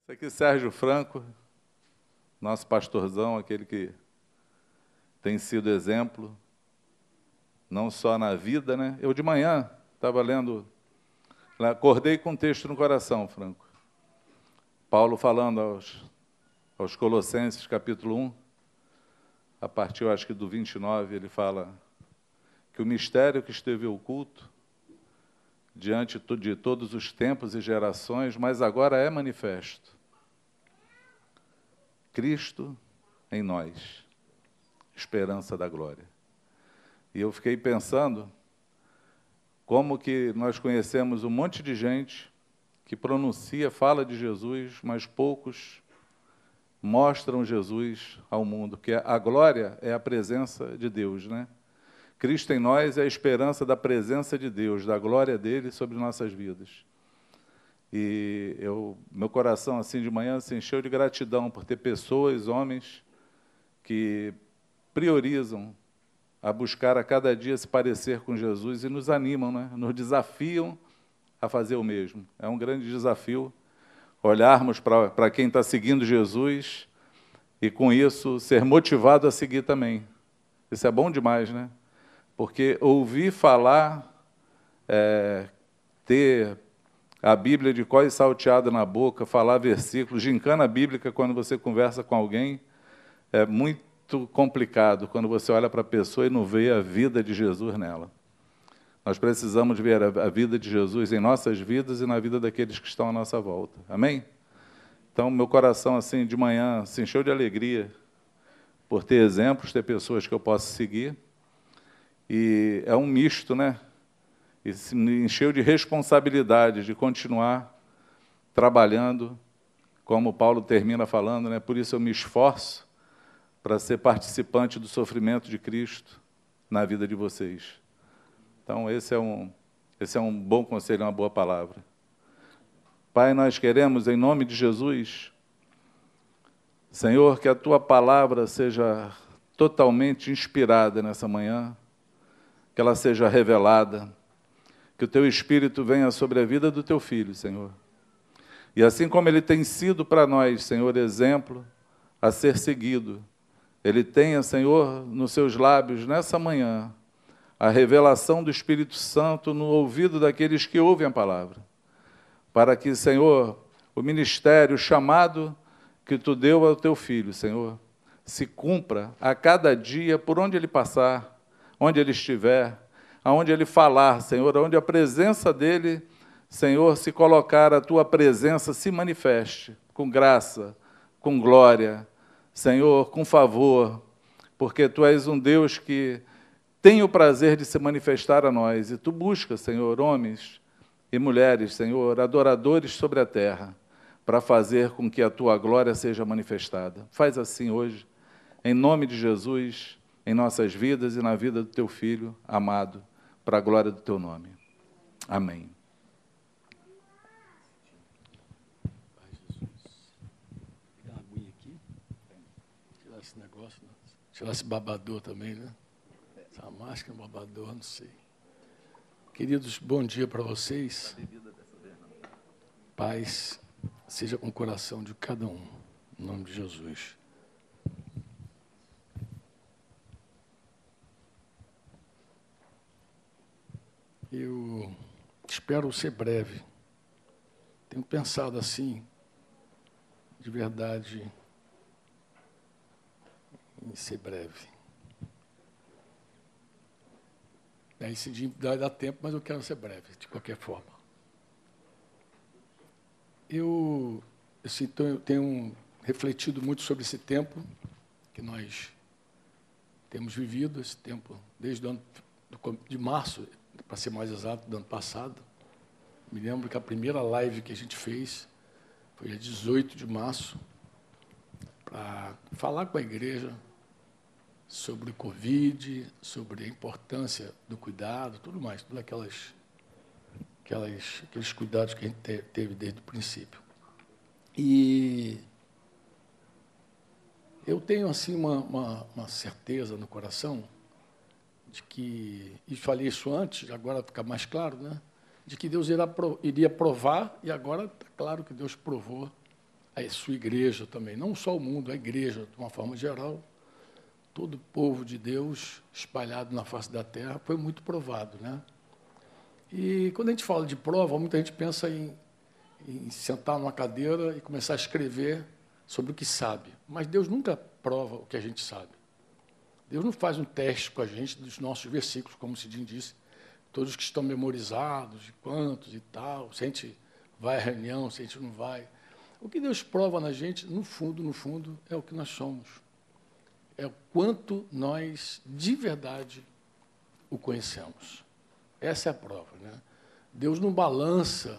Esse aqui é Sérgio Franco, nosso pastorzão, aquele que tem sido exemplo, não só na vida, né? Eu de manhã estava lendo, acordei com um texto no coração, Franco. Paulo falando aos Colossenses, capítulo 1, a partir, eu acho que do 29, ele fala que o mistério que esteve oculto diante de todos os tempos e gerações, mas agora é manifesto. Cristo em nós, esperança da glória. E eu fiquei pensando como que nós conhecemos um monte de gente que pronuncia, fala de Jesus, mas poucos mostram Jesus ao mundo, porque a glória é a presença de Deus, né? Cristo em nós é a esperança da presença de Deus, da glória dele sobre nossas vidas. E meu coração, assim, de manhã, se encheu de gratidão por ter pessoas, homens, que priorizam a buscar a cada dia se parecer com Jesus e nos animam, né? Nos desafiam a fazer o mesmo. É um grande desafio olharmos para quem está seguindo Jesus e, com isso, ser motivado a seguir também. Isso é bom demais, né? Porque ouvir falar, ter a Bíblia de cor e salteada na boca, falar versículos, gincana bíblica quando você conversa com alguém, é muito complicado quando você olha para a pessoa e não vê a vida de Jesus nela. Nós precisamos ver a vida de Jesus em nossas vidas e na vida daqueles que estão à nossa volta. Amém? Então, meu coração, assim, de manhã, se encheu de alegria por ter exemplos, ter pessoas que eu posso seguir. E é um misto, né? E se me encheu de responsabilidade de continuar trabalhando, como Paulo termina falando, né? Por isso eu me esforço para ser participante do sofrimento de Cristo na vida de vocês. Então, esse é um bom conselho, uma boa palavra. Pai, nós queremos, em nome de Jesus, Senhor, que a Tua palavra seja totalmente inspirada nessa manhã, que ela seja revelada, que o Teu Espírito venha sobre a vida do Teu Filho, Senhor. E assim como Ele tem sido para nós, Senhor, exemplo a ser seguido, Ele tenha, Senhor, nos seus lábios, nessa manhã, a revelação do Espírito Santo no ouvido daqueles que ouvem a palavra, para que, Senhor, o ministério, o chamado que Tu deu ao Teu Filho, Senhor, se cumpra a cada dia, por onde Ele passar, onde Ele estiver, aonde Ele falar, Senhor, onde a presença dEle, Senhor, se colocar, a Tua presença se manifeste com graça, com glória, Senhor, com favor, porque Tu és um Deus que tem o prazer de se manifestar a nós, e Tu buscas, Senhor, homens e mulheres, Senhor, adoradores sobre a terra, para fazer com que a Tua glória seja manifestada. Faz assim hoje, em nome de Jesus, em nossas vidas e na vida do Teu Filho amado, para a glória do Teu nome. Amém. Pegar uma aguinha aqui. Tirar esse negócio, né? Tirar esse babador também, né? Essa máscara, babador, não sei. Queridos, bom dia para vocês. Paz seja com o coração de cada um, em nome de Jesus. Eu espero ser breve. Tenho pensado assim, de verdade, em ser breve. Esse dia vai dar tempo, mas eu quero ser breve, de qualquer forma. Eu tenho refletido muito sobre esse tempo que nós temos vivido, esse tempo desde o ano de março, para ser mais exato, do ano passado. Me lembro que a primeira live que a gente fez foi dia 18 de março, para falar com a igreja sobre o Covid, sobre a importância do cuidado, tudo mais, todos aqueles cuidados que a gente teve desde o princípio. E eu tenho assim uma certeza no coração de que, e falei isso antes, agora fica mais claro, né? De que Deus iria provar, e agora está claro que Deus provou a sua igreja também, não só o mundo, a igreja, de uma forma geral, todo o povo de Deus espalhado na face da terra, foi muito provado, né? E quando a gente fala de prova, muita gente pensa em sentar numa cadeira e começar a escrever sobre o que sabe. Mas Deus nunca prova o que a gente sabe. Deus não faz um teste com a gente dos nossos versículos, como o Cidinho disse, todos que estão memorizados, de quantos e tal, se a gente vai à reunião, se a gente não vai. O que Deus prova na gente, no fundo, é o que nós somos. É o quanto nós, de verdade, o conhecemos. Essa é a prova, né? Deus não balança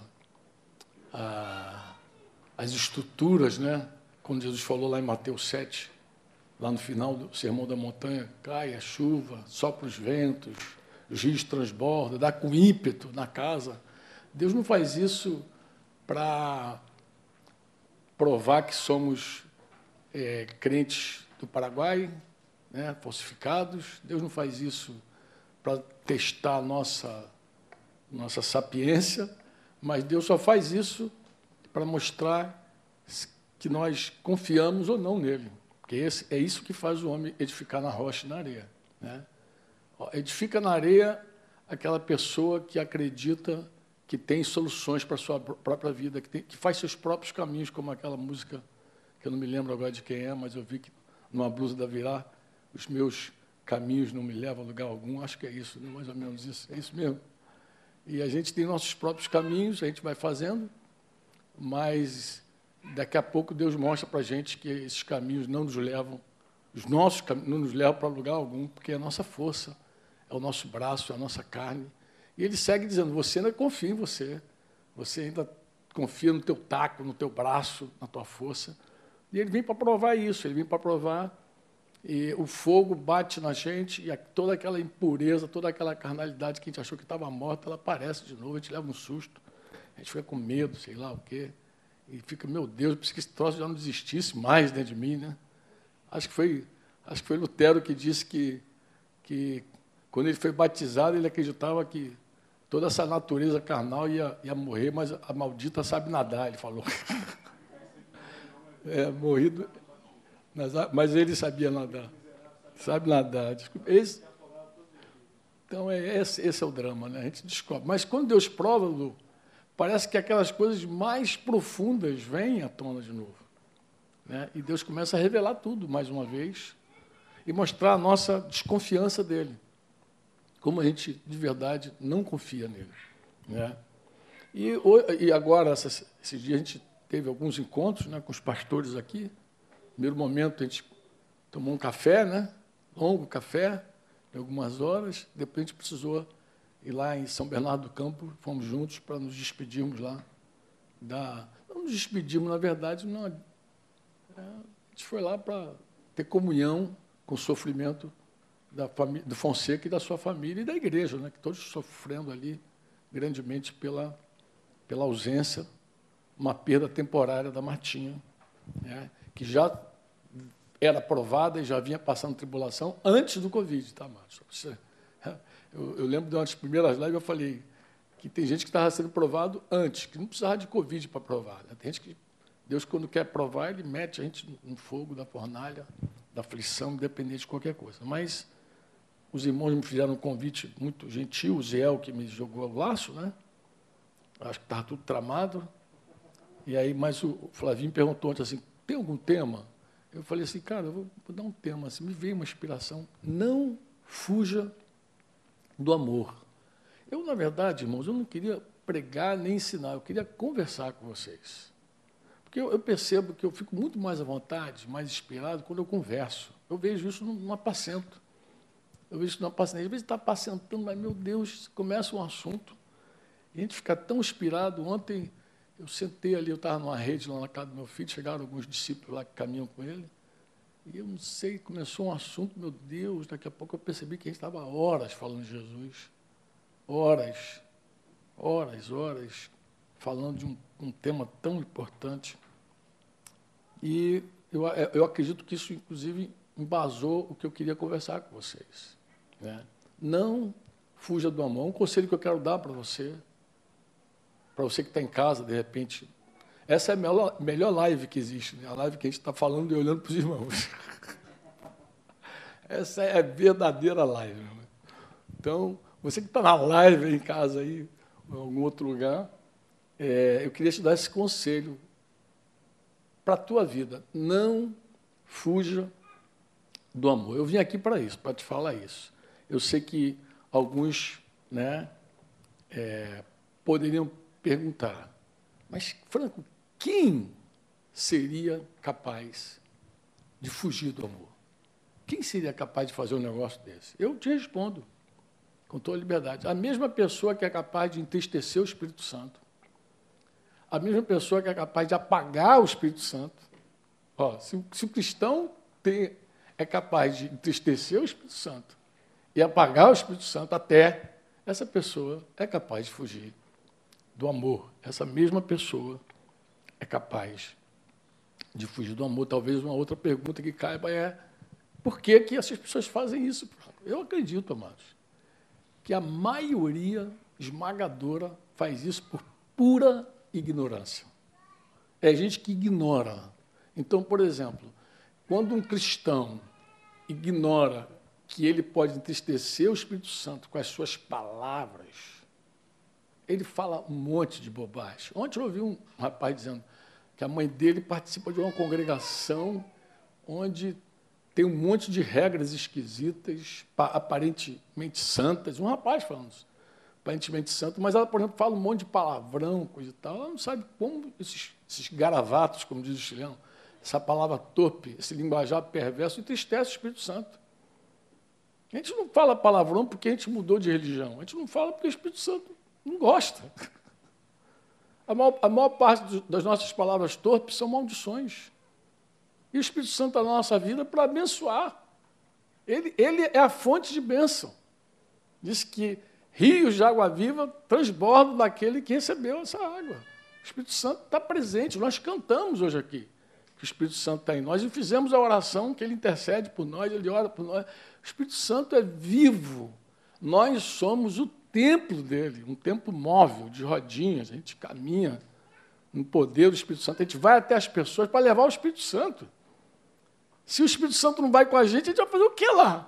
as estruturas, né? Como Jesus falou lá em Mateus 7, lá no final do Sermão da Montanha, cai a chuva, sopra os ventos, os rios transbordam, dá com ímpeto na casa. Deus não faz isso para provar que somos crentes do Paraguai, né, falsificados. Deus não faz isso para testar a nossa sapiência, mas Deus só faz isso para mostrar que nós confiamos ou não nele. Porque é isso que faz o homem edificar na rocha e na areia, né? Edifica na areia aquela pessoa que acredita que tem soluções para a sua própria vida, que faz seus próprios caminhos, como aquela música, que eu não me lembro agora de quem é, mas eu vi que numa blusa da Virá, os meus caminhos não me levam a lugar algum, acho que é isso, né? Mais ou menos isso, é isso mesmo. E a gente tem nossos próprios caminhos, a gente vai fazendo, mas daqui a pouco Deus mostra para a gente que esses caminhos não nos levam, os nossos caminhos não nos levam para lugar algum, porque é a nossa força, é o nosso braço, é a nossa carne. E ele segue dizendo, você ainda confia em você, você ainda confia no teu taco, no teu braço, na tua força. E ele vem para provar isso, ele vem para provar, e o fogo bate na gente, e toda aquela impureza, toda aquela carnalidade que a gente achou que estava morta, ela aparece de novo, a gente leva um susto, a gente fica com medo, sei lá o quê, e fica, meu Deus, eu pensei que esse troço já não desistisse mais dentro de mim, né? Acho que foi Lutero que disse que quando ele foi batizado, ele acreditava que toda essa natureza carnal ia morrer, mas a maldita sabe nadar, ele falou. Morrido, mas ele sabia nadar. Sabe nadar. Desculpa. Então, esse é o drama, né? A gente descobre. Mas quando Deus prova, Lu, parece que aquelas coisas mais profundas vêm à tona de novo, né? E Deus começa a revelar tudo, mais uma vez, e mostrar a nossa desconfiança dele. Como a gente, de verdade, não confia nele, né? E agora, esse dia, a gente teve alguns encontros, né, com os pastores aqui. No primeiro momento, a gente tomou um café, né, longo café, de algumas horas. Depois, a gente precisou ir lá em São Bernardo do Campo, fomos juntos para nos despedirmos lá. Não nos despedimos, na verdade, não. A gente foi lá para ter comunhão com o sofrimento do Fonseca e da sua família e da igreja, né, que todos sofrendo ali grandemente pela ausência, uma perda temporária da Martinha, né, que já era aprovada e já vinha passando tribulação antes do Covid, tá, Márcio? Eu lembro de uma das primeiras lives, eu falei que tem gente que estava sendo provado antes, que não precisava de Covid para provar, né? Tem gente que Deus, quando quer provar, ele mete a gente no fogo da fornalha, da aflição, independente de qualquer coisa. Mas os irmãos me fizeram um convite muito gentil, o Zéel, que me jogou o laço, né? Acho que estava tudo tramado. E aí, mas o Flavinho perguntou antes assim, tem algum tema? Eu falei assim, cara, eu vou dar um tema. Assim, me veio uma inspiração. Não fuja do amor. Eu, na verdade, irmãos, eu não queria pregar nem ensinar, eu queria conversar com vocês. Porque eu percebo que eu fico muito mais à vontade, mais inspirado, quando eu converso. Eu vejo isso no apacento. Eu vejo isso no apacento. Às vezes está apacentando, mas, meu Deus, começa um assunto, e a gente fica tão inspirado. Ontem, eu sentei ali, eu estava numa rede lá na casa do meu filho, chegaram alguns discípulos lá que caminham com ele, e eu não sei, começou um assunto, meu Deus, daqui a pouco eu percebi que a gente estava horas falando de Jesus. Horas, falando de um tema tão importante. E eu acredito que isso, inclusive, embasou o que eu queria conversar com vocês, né? Não fuja do amor. Um conselho que eu quero dar para você que está em casa, de repente. Essa é a melhor live que existe, né? A live que a gente está falando e olhando para os irmãos. Essa é a verdadeira live. Né? Então, você que está na live aí em casa, aí, em algum outro lugar, eu queria te dar esse conselho para a tua vida. Não fuja do amor. Eu vim aqui para isso, para te falar isso. Eu sei que alguns, né, poderiam perguntar, mas, Franco, quem seria capaz de fugir do amor? Quem seria capaz de fazer um negócio desse? Eu te respondo, com toda a liberdade. A mesma pessoa que é capaz de entristecer o Espírito Santo, a mesma pessoa que é capaz de apagar o Espírito Santo. Ó, se o cristão é capaz de entristecer o Espírito Santo e apagar o Espírito Santo, até essa pessoa é capaz de fugir do amor. Essa mesma pessoa é capaz de fugir do amor. Talvez uma outra pergunta que caiba é: por que essas pessoas fazem isso? Eu acredito, amados, que a maioria esmagadora faz isso por pura ignorância. É gente que ignora. Então, por exemplo, quando um cristão ignora que ele pode entristecer o Espírito Santo com as suas palavras, ele fala um monte de bobagem. Ontem eu ouvi um rapaz dizendo que a mãe dele participa de uma congregação onde tem um monte de regras esquisitas, aparentemente santas. Um rapaz falando isso, aparentemente santo, mas ela, por exemplo, fala um monte de palavrão, coisa e tal. Ela não sabe como esses garavatos, como diz o chileno, essa palavra torpe, esse linguajar perverso, entristece o Espírito Santo. A gente não fala palavrão porque a gente mudou de religião. A gente não fala porque o Espírito Santo não gosta. A maior parte das nossas palavras torpes são maldições. E o Espírito Santo está na nossa vida para abençoar. Ele é a fonte de bênção. Diz que rios de água viva transbordam daquele que recebeu essa água. O Espírito Santo está presente. Nós cantamos hoje aqui que o Espírito Santo está em nós e fizemos a oração que ele intercede por nós, ele ora por nós. O Espírito Santo é vivo. Nós somos o templo dele, um templo móvel, de rodinhas. A gente caminha no poder do Espírito Santo. A gente vai até as pessoas para levar o Espírito Santo. Se o Espírito Santo não vai com a gente vai fazer o que lá?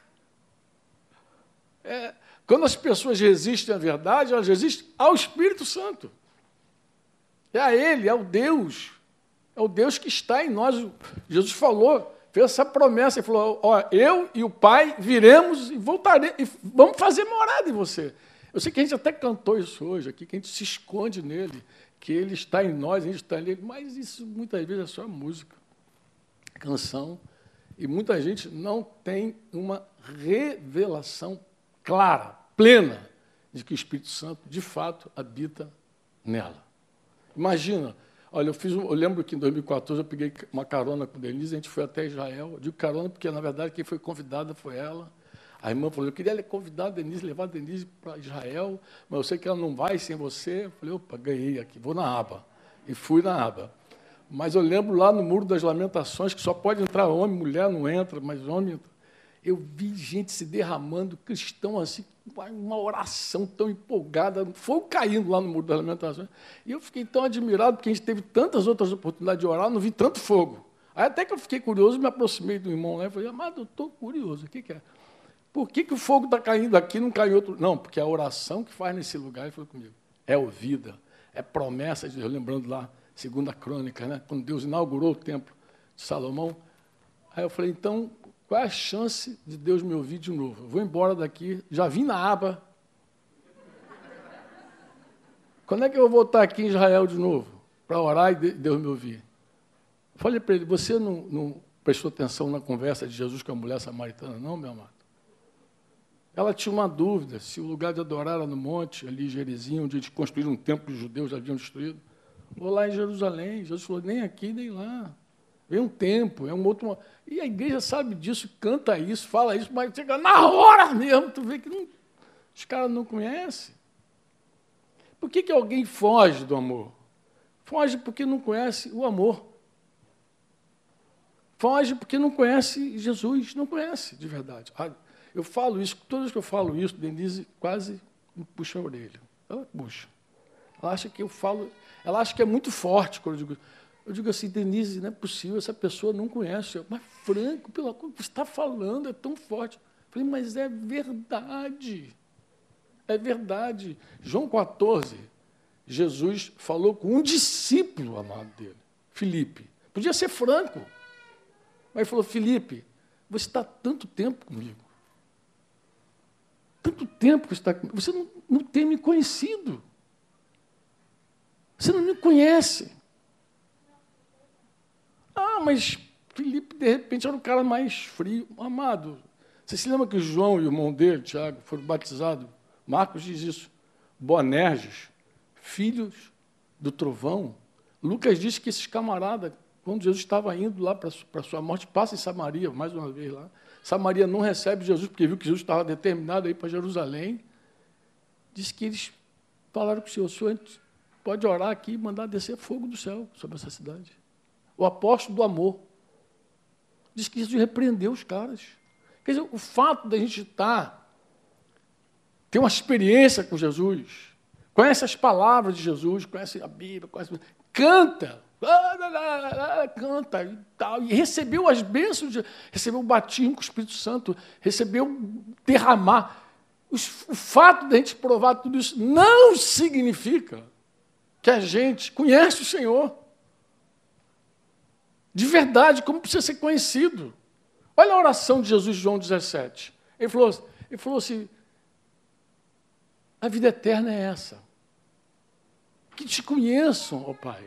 Quando as pessoas resistem à verdade, elas resistem ao Espírito Santo. É a Ele, é o Deus que está em nós. Jesus falou, fez essa promessa, ele falou: ó, eu e o Pai viremos e voltaremos, e vamos fazer morada em você. Eu sei que a gente até cantou isso hoje aqui, que a gente se esconde nele, que ele está em nós, a gente está nele, mas isso muitas vezes é só música, canção, e muita gente não tem uma revelação clara, plena, de que o Espírito Santo, de fato, habita nela. Imagina, olha, eu lembro que em 2014 eu peguei uma carona com Denise, a gente foi até Israel. Eu digo carona porque, na verdade, quem foi convidada foi ela. A irmã falou: eu queria convidar a Denise, levar a Denise para Israel, mas eu sei que ela não vai sem você. Eu falei: opa, ganhei aqui, vou na aba. E fui na aba. Mas eu lembro lá no Muro das Lamentações, que só pode entrar homem, mulher não entra, mas homem entra. Eu vi gente se derramando, cristão assim, uma oração tão empolgada, fogo caindo lá no Muro das Lamentações. E eu fiquei tão admirado, porque a gente teve tantas outras oportunidades de orar, não vi tanto fogo. Aí até que eu fiquei curioso, me aproximei do irmão lá e falei: amado, eu estou curioso, o que é? Por que o fogo está caindo aqui e não cai em outro? Não, porque a oração que faz nesse lugar, ele falou comigo, é ouvida, é promessa de Deus, lembrando lá, 2 Crônica, né? Quando Deus inaugurou o templo de Salomão. Aí eu falei: então, qual é a chance de Deus me ouvir de novo? Eu vou embora daqui, já vim na aba. Quando é que eu vou voltar aqui em Israel de novo? Para orar e Deus me ouvir? Eu falei para ele: você não prestou atenção na conversa de Jesus com a mulher samaritana, não, meu amado? Ela tinha uma dúvida se o lugar de adorar era no monte, ali em Gerizim, onde eles construíram um templo que os judeus já haviam destruído. Vou lá em Jerusalém. Jesus falou: nem aqui, nem lá. Vem um tempo, é um outro... E a igreja sabe disso, canta isso, fala isso, mas chega na hora mesmo, tu vê que não, os caras não conhecem. Por que alguém foge do amor? Foge porque não conhece o amor. Foge porque não conhece Jesus, não conhece de verdade. Eu falo isso, todas as que eu falo isso, Denise quase me puxa a orelha. Ela puxa. Ela acha que eu falo... ela acha que é muito forte quando eu digo assim, Denise, não é possível, essa pessoa não conhece. Mas, Franco, pela coisa que você está falando, é tão forte. Eu falei, mas é verdade. É verdade. João 14, Jesus falou com um discípulo amado dele, Filipe. Podia ser Franco. Mas ele falou, Filipe, você está há tanto tempo comigo. Tanto tempo que você está comigo. Você não tem me conhecido. Você não me conhece. Ah, mas Filipe, de repente, era um cara mais frio. Amado, você se lembra que João e o irmão dele, Tiago, foram batizados? Marcos diz isso. Boanerges, filhos do trovão. Lucas diz que esses camaradas, quando Jesus estava indo lá para a sua morte, passa em Samaria, mais uma vez lá. Samaria não recebe Jesus, porque viu que Jesus estava determinado a ir para Jerusalém. Diz que eles falaram com o Senhor pode orar aqui e mandar descer fogo do céu sobre essa cidade. O apóstolo do amor. Diz que Jesus repreendeu os caras. Quer dizer, o fato da gente ter uma experiência com Jesus, conhece as palavras de Jesus, conhece a Bíblia, canta e tal, e recebeu as bênçãos, recebeu o batismo com o Espírito Santo, recebeu derramar. O fato de a gente provar tudo isso não significa que a gente conhece o Senhor. De verdade, como precisa ser conhecido. Olha a oração de Jesus, João 17. Ele falou assim, a vida eterna é essa. Que te conheçam, ó Pai.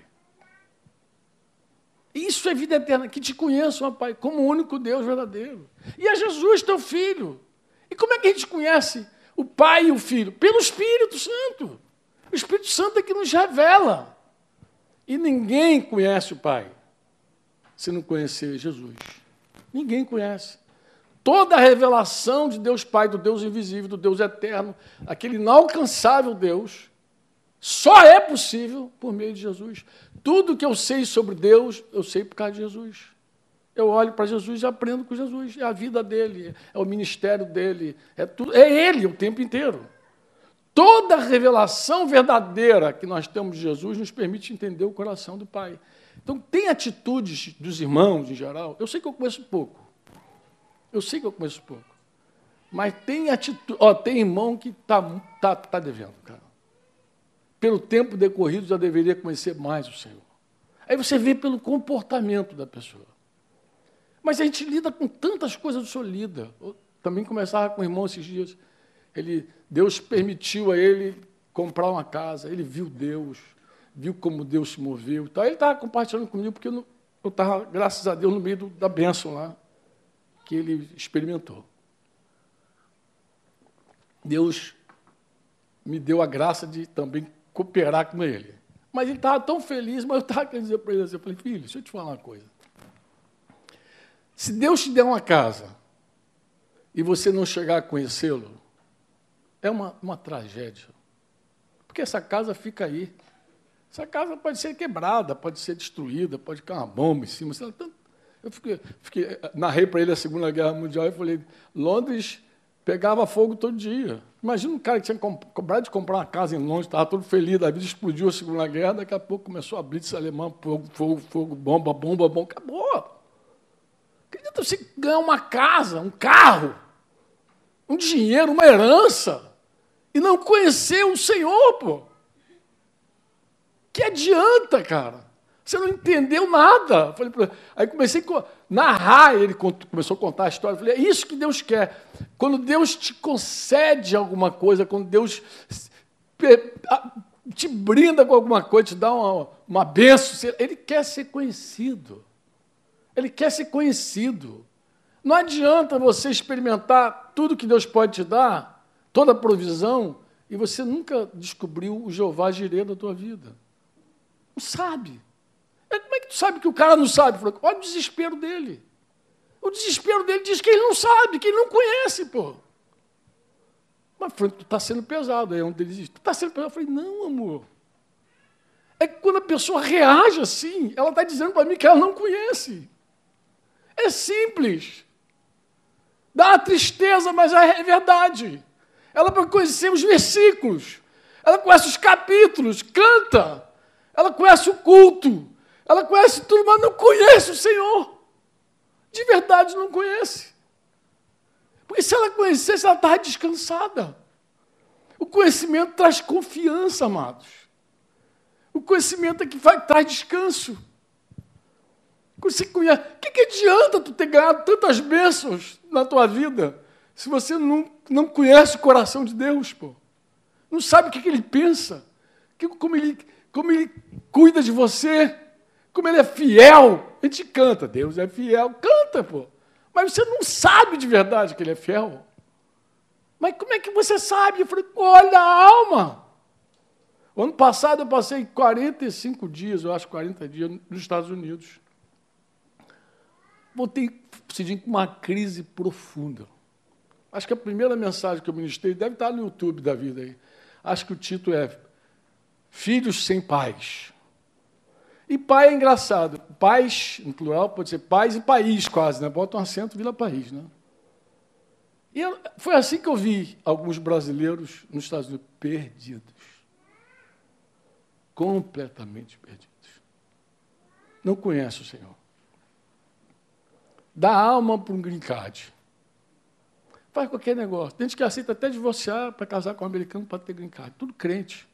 Isso é vida eterna, que te conheçam, ó Pai, como o único Deus verdadeiro. E é Jesus, teu Filho. E como é que a gente conhece o Pai e o Filho? Pelo Espírito Santo. O Espírito Santo é que nos revela. E ninguém conhece o Pai se não conhecer Jesus. Ninguém conhece. Toda a revelação de Deus Pai, do Deus invisível, do Deus eterno, aquele inalcançável Deus, só é possível por meio de Jesus. Tudo que eu sei sobre Deus, eu sei por causa de Jesus. Eu olho para Jesus e aprendo com Jesus. É a vida dele, é o ministério dele, é tudo. É ele o tempo inteiro. Toda a revelação verdadeira que nós temos de Jesus nos permite entender o coração do Pai. Então, tem atitudes dos irmãos, em geral, eu sei que eu conheço pouco. Mas tem atitude, tem irmão que tá devendo, cara. Pelo tempo decorrido, já deveria conhecer mais o Senhor. Aí você vê pelo comportamento da pessoa. Mas a gente lida com tantas coisas, o Senhor lida. Eu também conversava com o irmão esses dias. Deus permitiu a ele comprar uma casa, ele viu Deus, viu como Deus se moveu. Então, ele estava compartilhando comigo, porque eu estava, graças a Deus, no meio da bênção lá, que ele experimentou. Deus me deu a graça de também cooperar com ele. Mas ele estava tão feliz, mas eu estava querendo dizer para ele assim, eu falei, filho, deixa eu te falar uma coisa. Se Deus te der uma casa e você não chegar a conhecê-lo, é uma tragédia. Porque essa casa fica aí. Essa casa pode ser quebrada, pode ser destruída, pode cair uma bomba em cima. Eu narrei para ele a Segunda Guerra Mundial e falei, Londres pegava fogo todo dia. Imagina um cara que tinha acabado de comprar uma casa em Londres, estava todo feliz, a vida explodiu a Segunda Guerra, daqui a pouco começou a blitz alemã, fogo, bomba, acabou. Acredita você ganhar uma casa, um carro, um dinheiro, uma herança, e não conhecer o Senhor, pô. Que adianta, cara? Você não entendeu nada. Aí comecei a narrar, ele começou a contar a história. Eu falei, é isso que Deus quer. Quando Deus te concede alguma coisa, quando Deus te brinda com alguma coisa, te dá uma bênção, ele quer ser conhecido. Ele quer ser conhecido. Não adianta você experimentar tudo que Deus pode te dar, toda a provisão, e você nunca descobriu o Jeová Jireh da tua vida. Não sabe. Como é que tu sabe que o cara não sabe? Olha o desespero dele. O desespero dele diz que ele não sabe, que ele não conhece, pô. Mas, Franco, tu está sendo pesado. Aí onde ele diz, tu está sendo pesado. Eu falei, não, amor. É que quando a pessoa reage assim, ela está dizendo para mim que ela não conhece. É simples. Dá uma tristeza, mas é verdade. Ela pode conhecer os versículos. Ela conhece os capítulos, canta. ela conhece o culto, ela conhece tudo, mas não conhece o Senhor. De verdade não conhece. Porque se ela conhecesse, ela estava descansada. O conhecimento traz confiança, amados. O conhecimento é que traz descanso. Você conhece. O que adianta tu ter ganhado tantas bênçãos na tua vida se você não conhece o coração de Deus, pô? Não sabe o que Ele pensa, como ele cuida de você, como Ele é fiel. A gente canta, Deus é fiel, canta, pô. Mas você não sabe de verdade que Ele é fiel. Mas como é que você sabe? Eu falei, olha a alma. O ano passado eu passei 45 dias, eu acho 40 dias, nos Estados Unidos. Voltei, Cidinho, com uma crise profunda. Acho que a primeira mensagem que eu ministrei deve estar no YouTube da vida aí. Acho que o título é Filhos sem Pais. E pai é engraçado. Pais, no plural, pode ser pais e país quase, né? Bota um acento, vira país, né? E foi assim que eu vi alguns brasileiros nos Estados Unidos perdidos. Completamente perdidos. Não conhece o Senhor. Dá alma para um green card. Faz qualquer negócio. Tem gente que aceita até divorciar para casar com um americano para ter green card. Tudo crente.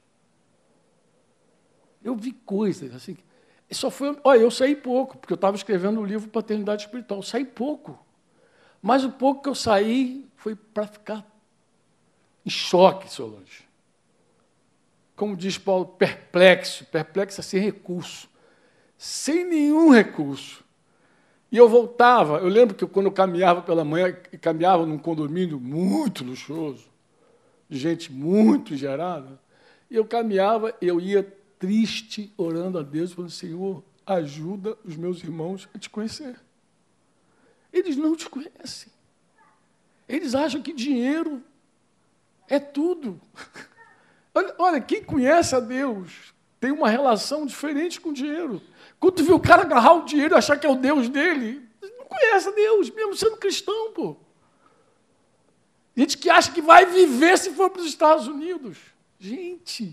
Eu vi coisas assim. Só foi. Olha, eu saí pouco, porque eu estava escrevendo um livro Paternidade Espiritual. Eu saí pouco. Mas o pouco que eu saí foi para ficar em choque, Solange. Como diz Paulo, perplexo sem recurso. Sem nenhum recurso. E eu voltava, eu lembro que quando eu caminhava pela manhã, caminhava num condomínio muito luxuoso, de gente muito gerada, e eu caminhava, eu ia triste, orando a Deus, falando, Senhor, ajuda os meus irmãos a te conhecer. Eles não te conhecem. Eles acham que dinheiro é tudo. Olha, quem conhece a Deus tem uma relação diferente com o dinheiro. Quando tu vê o cara agarrar o dinheiro e achar que é o Deus dele, não conhece a Deus, mesmo sendo cristão, pô. Gente que acha que vai viver se for para os Estados Unidos. Gente.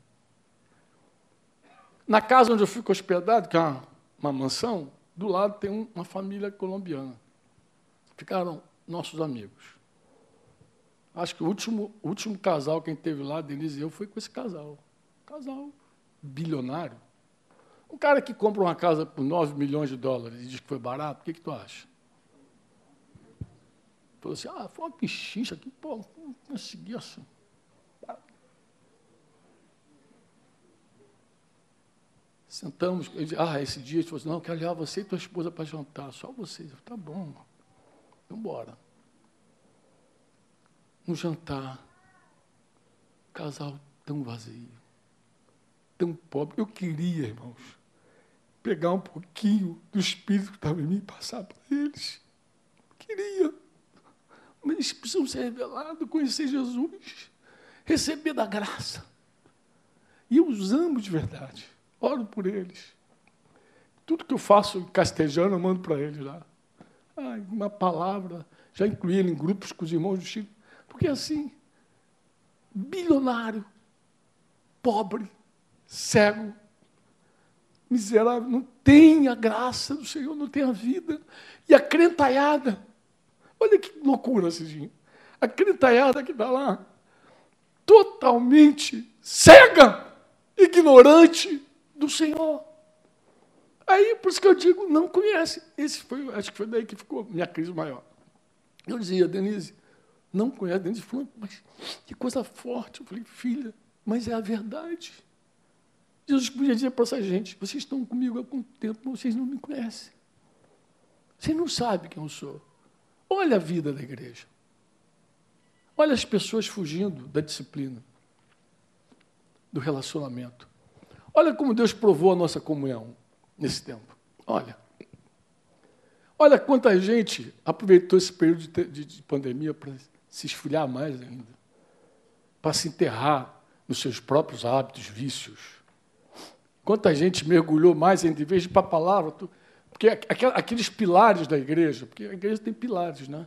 Na casa onde eu fico hospedado, que é uma mansão, do lado tem uma família colombiana. Ficaram nossos amigos. Acho que o último casal que a gente teve lá, Denise e eu, foi com esse casal. Casal bilionário. Um cara que compra uma casa por 9 milhões de dólares e diz que foi barato, o que tu acha? Falou assim, foi uma pichincha aqui, pô, não consegui assim. Sentamos, ele disse, esse dia, ele falou assim, não, eu quero levar você e tua esposa para jantar, só vocês. Eu falei, tá bom, vamos embora. No jantar, casal tão vazio, tão pobre. Eu queria, irmãos, pegar um pouquinho do Espírito que estava em mim e passar para eles. Queria. Mas eles precisam ser revelados, conhecer Jesus, receber da graça. E eu os amo de verdade. Oro por eles. Tudo que eu faço em castelhano, eu mando para eles lá. Uma palavra, já incluí ele em grupos com os irmãos do Chico. Porque assim, bilionário, pobre, cego, miserável, não tem a graça do Senhor, não tem a vida. E a crentalhada, olha que loucura, Cidinho. A crentalhada que está lá, totalmente cega, ignorante do Senhor. Aí, por isso que eu digo, não conhece. Acho que foi daí que ficou minha crise maior. Eu dizia, Denise, não conhece. Denise falou, mas que coisa forte. Eu falei, filha, mas é a verdade. Jesus podia dizer para essa gente, vocês estão comigo há quanto tempo, mas vocês não me conhecem. Vocês não sabem quem eu sou. Olha a vida da igreja. Olha as pessoas fugindo da disciplina, do relacionamento. Olha como Deus provou a nossa comunhão nesse tempo. Olha quanta gente aproveitou esse período de pandemia para se esfriar mais ainda, para se enterrar nos seus próprios hábitos, vícios. Quanta gente mergulhou mais ainda, em vez de ir para a palavra, porque aqueles pilares da igreja, porque a igreja tem pilares, né?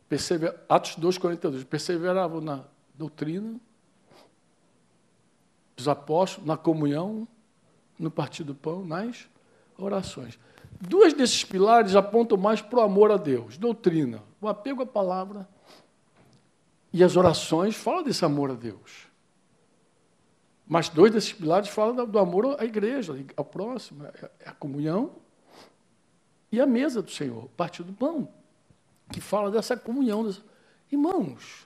Atos 2:42, perseveravam na doutrina, dos apóstolos, na comunhão, no partir do pão, nas orações. Duas desses pilares apontam mais para o amor a Deus. Doutrina, o apego à palavra, e as orações falam desse amor a Deus. Mas dois desses pilares falam do amor à igreja, ao próximo, a comunhão e a mesa do Senhor, o partir do pão, que fala dessa comunhão. Irmãos,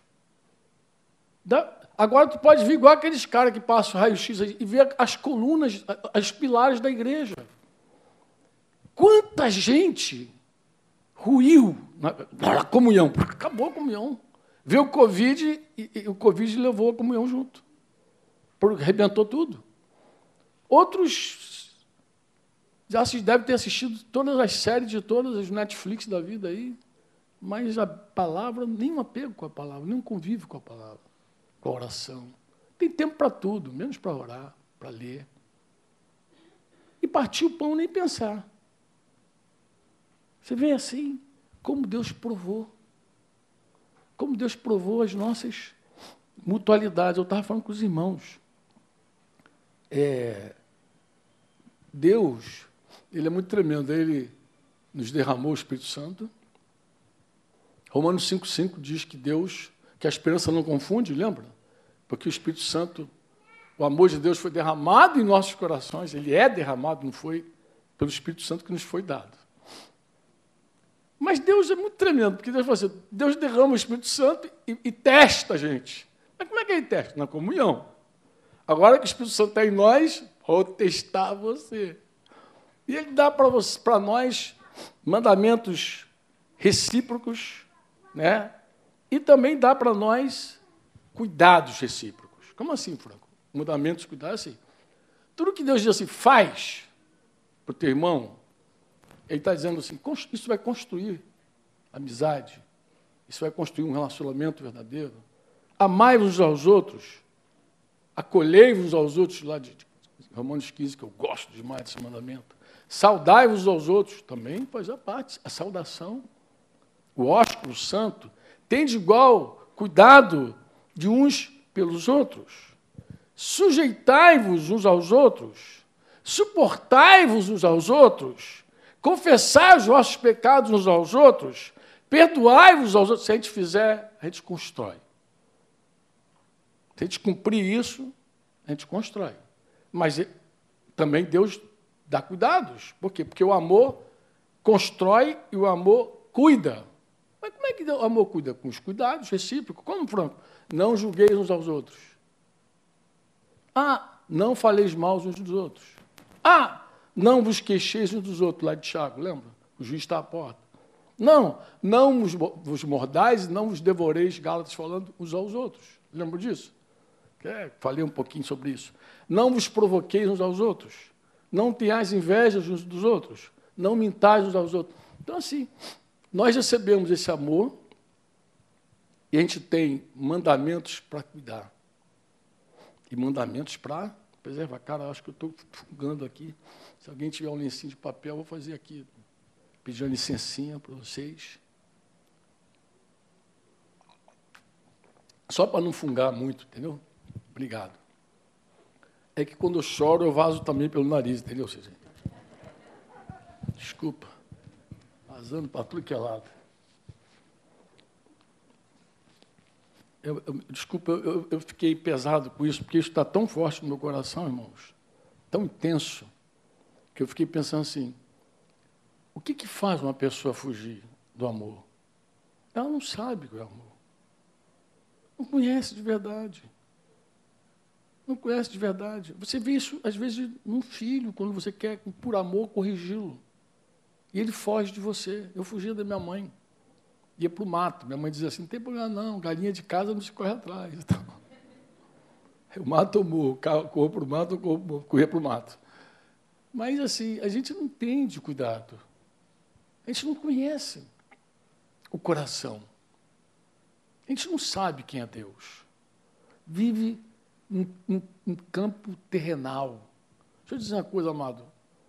agora tu pode vir igual aqueles caras que passam raio-x e ver as colunas, os pilares da igreja. Quanta gente ruiu na comunhão, porque acabou a comunhão. Veio o Covid e o Covid levou a comunhão junto. Arrebentou tudo. Outros já devem ter assistido todas as séries de todas as Netflix da vida aí, mas a palavra, nenhum apego com a palavra, nenhum convívio com a palavra, com a oração. Tem tempo para tudo, menos para orar, para ler. E partir o pão nem pensar. Você vê assim, como Deus provou. Como Deus provou as nossas mutualidades. Eu estava falando com os irmãos. Deus, Ele é muito tremendo. Ele nos derramou o Espírito Santo. Romanos 5,5 diz que a esperança não confunde, lembra? Porque o Espírito Santo, o amor de Deus foi derramado em nossos corações. Ele é derramado, não foi pelo Espírito Santo que nos foi dado. Mas Deus é muito tremendo, porque Deus fala assim, Deus derrama o Espírito Santo e testa a gente. Mas como é que ele testa? Na comunhão. Agora que o Espírito Santo está em nós, vou testar você. E ele dá para nós mandamentos recíprocos, né? E também dá para nós cuidados recíprocos. Como assim, Franco? Mandamentos, cuidados, assim. Tudo que Deus diz assim, faz para o teu irmão, ele está dizendo assim, isso vai construir amizade, isso vai construir um relacionamento verdadeiro. Amai-vos aos outros, acolhei-vos aos outros, lá de Romanos 15, que eu gosto demais desse mandamento. Saudai-vos aos outros, também faz a parte, a saudação. O ósculo santo tem de igual cuidado de uns pelos outros. Sujeitai-vos uns aos outros, suportai-vos uns aos outros, confessai os vossos pecados uns aos outros, perdoai-vos aos outros. Se a gente fizer, a gente constrói. Se a gente cumprir isso, a gente constrói. Mas também Deus dá cuidados. Por quê? Porque o amor constrói e o amor cuida. Mas como é que o amor cuida? Com os cuidados recíprocos. Como, Franco? Não julgueis uns aos outros. Não faleis mal uns dos outros. Não vos queixeis uns dos outros, lá de Tiago, lembra? O juiz está à porta. Não vos mordais e não vos devoreis, Gálatas falando, uns aos outros. Lembra disso? Falei um pouquinho sobre isso. Não vos provoqueis uns aos outros. Não tenhais invejas uns dos outros. Não mintais uns aos outros. Então, assim, nós recebemos esse amor e a gente tem mandamentos para cuidar. E mandamentos para preservar. Cara, acho que eu estou fugando aqui. Se alguém tiver um lencinho de papel, eu vou fazer aqui. Pedir uma licencinha para vocês. Só para não fungar muito, entendeu? Obrigado. É que quando eu choro, eu vazo também pelo nariz, entendeu, Cezinha? Desculpa. Vazando para tudo que é lado. Desculpa, eu fiquei pesado com isso, porque isso está tão forte no meu coração, irmãos, tão intenso, que eu fiquei pensando assim, o que faz uma pessoa fugir do amor? Ela não sabe o que é amor. Não conhece de verdade. Não conhece de verdade. Você vê isso, às vezes, num filho, quando você quer, por amor, corrigi-lo. E ele foge de você. Eu fugia da minha mãe. Ia para o mato. Minha mãe dizia assim, não tem problema não, galinha de casa não se corre atrás. Então, eu mato ou morro, corro para o mato ou correr para o mato. Mas, assim, a gente não entende o cuidado. A gente não conhece o coração. A gente não sabe quem é Deus. Vive um campo terrenal. Deixa eu dizer uma coisa, amado.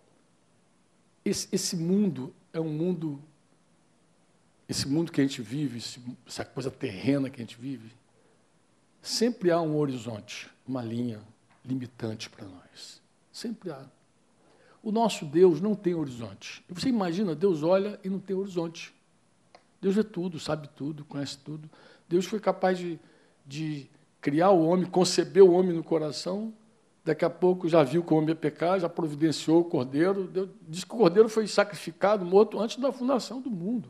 Esse mundo é um mundo... Esse mundo que a gente vive, essa coisa terrena que a gente vive, sempre há um horizonte, uma linha. limitante para nós. Sempre há. O nosso Deus não tem horizonte. Você imagina, Deus olha e não tem horizonte. Deus vê tudo, sabe tudo, conhece tudo. Deus foi capaz de criar o homem, conceber o homem no coração. Daqui a pouco já viu que o homem ia pecar, já providenciou o cordeiro. Deus diz que o cordeiro foi sacrificado, morto, antes da fundação do mundo.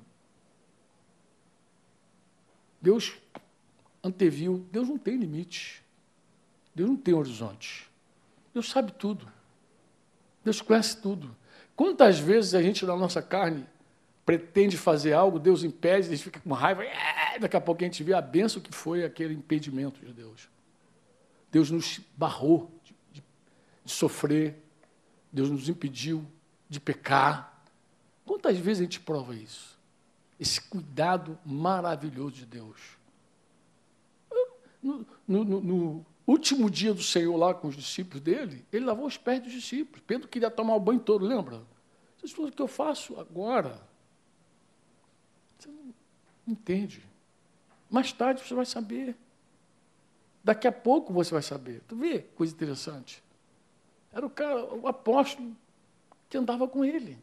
Deus anteviu. Deus não tem limite. Deus não tem horizonte. Deus sabe tudo. Deus conhece tudo. Quantas vezes a gente, na nossa carne, pretende fazer algo, Deus impede, a gente fica com raiva, daqui a pouco a gente vê a bênção que foi aquele impedimento de Deus. Deus nos barrou de sofrer, Deus nos impediu de pecar. Quantas vezes a gente prova isso? Esse cuidado maravilhoso de Deus. No último dia do Senhor lá com os discípulos dele, ele lavou os pés dos discípulos. Pedro queria tomar o banho todo, lembra? Vocês falam, o que eu faço agora? Você não entende. Mais tarde você vai saber. Daqui a pouco você vai saber. Tu vê? Coisa interessante. Era o apóstolo que andava com ele.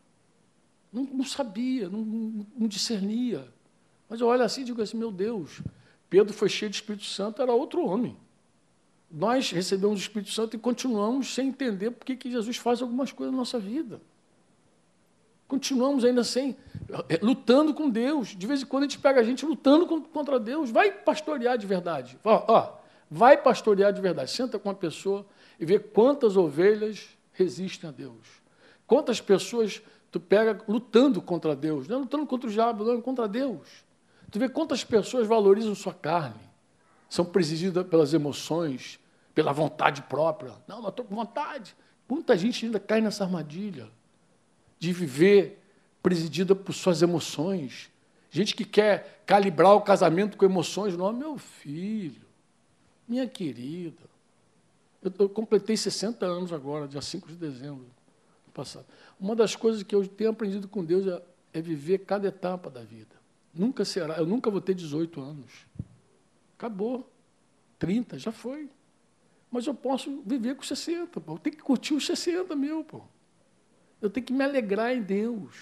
Não sabia, não discernia. Mas eu olho assim e digo assim, meu Deus, Pedro foi cheio de Espírito Santo, era outro homem. Nós recebemos o Espírito Santo e continuamos sem entender por que Jesus faz algumas coisas na nossa vida. Continuamos ainda lutando com Deus. De vez em quando a gente pega a gente lutando contra Deus. Vai pastorear de verdade. Vai pastorear de verdade. Senta com uma pessoa e vê quantas ovelhas resistem a Deus. Quantas pessoas tu pega lutando contra Deus. Não lutando contra o diabo, não, contra Deus. Tu vê quantas pessoas valorizam sua carne. São presididas pelas emoções, pela vontade própria. Não, eu estou com vontade. Muita gente ainda cai nessa armadilha de viver presidida por suas emoções. Gente que quer calibrar o casamento com emoções. Não, meu filho, minha querida, eu completei 60 anos agora, dia 5 de dezembro do passado. Uma das coisas que eu tenho aprendido com Deus é viver cada etapa da vida. Eu nunca vou ter 18 anos. Acabou. 30, já foi. Mas eu posso viver com 60, pô. Eu tenho que curtir os 60 mil, pô. Eu tenho que me alegrar em Deus.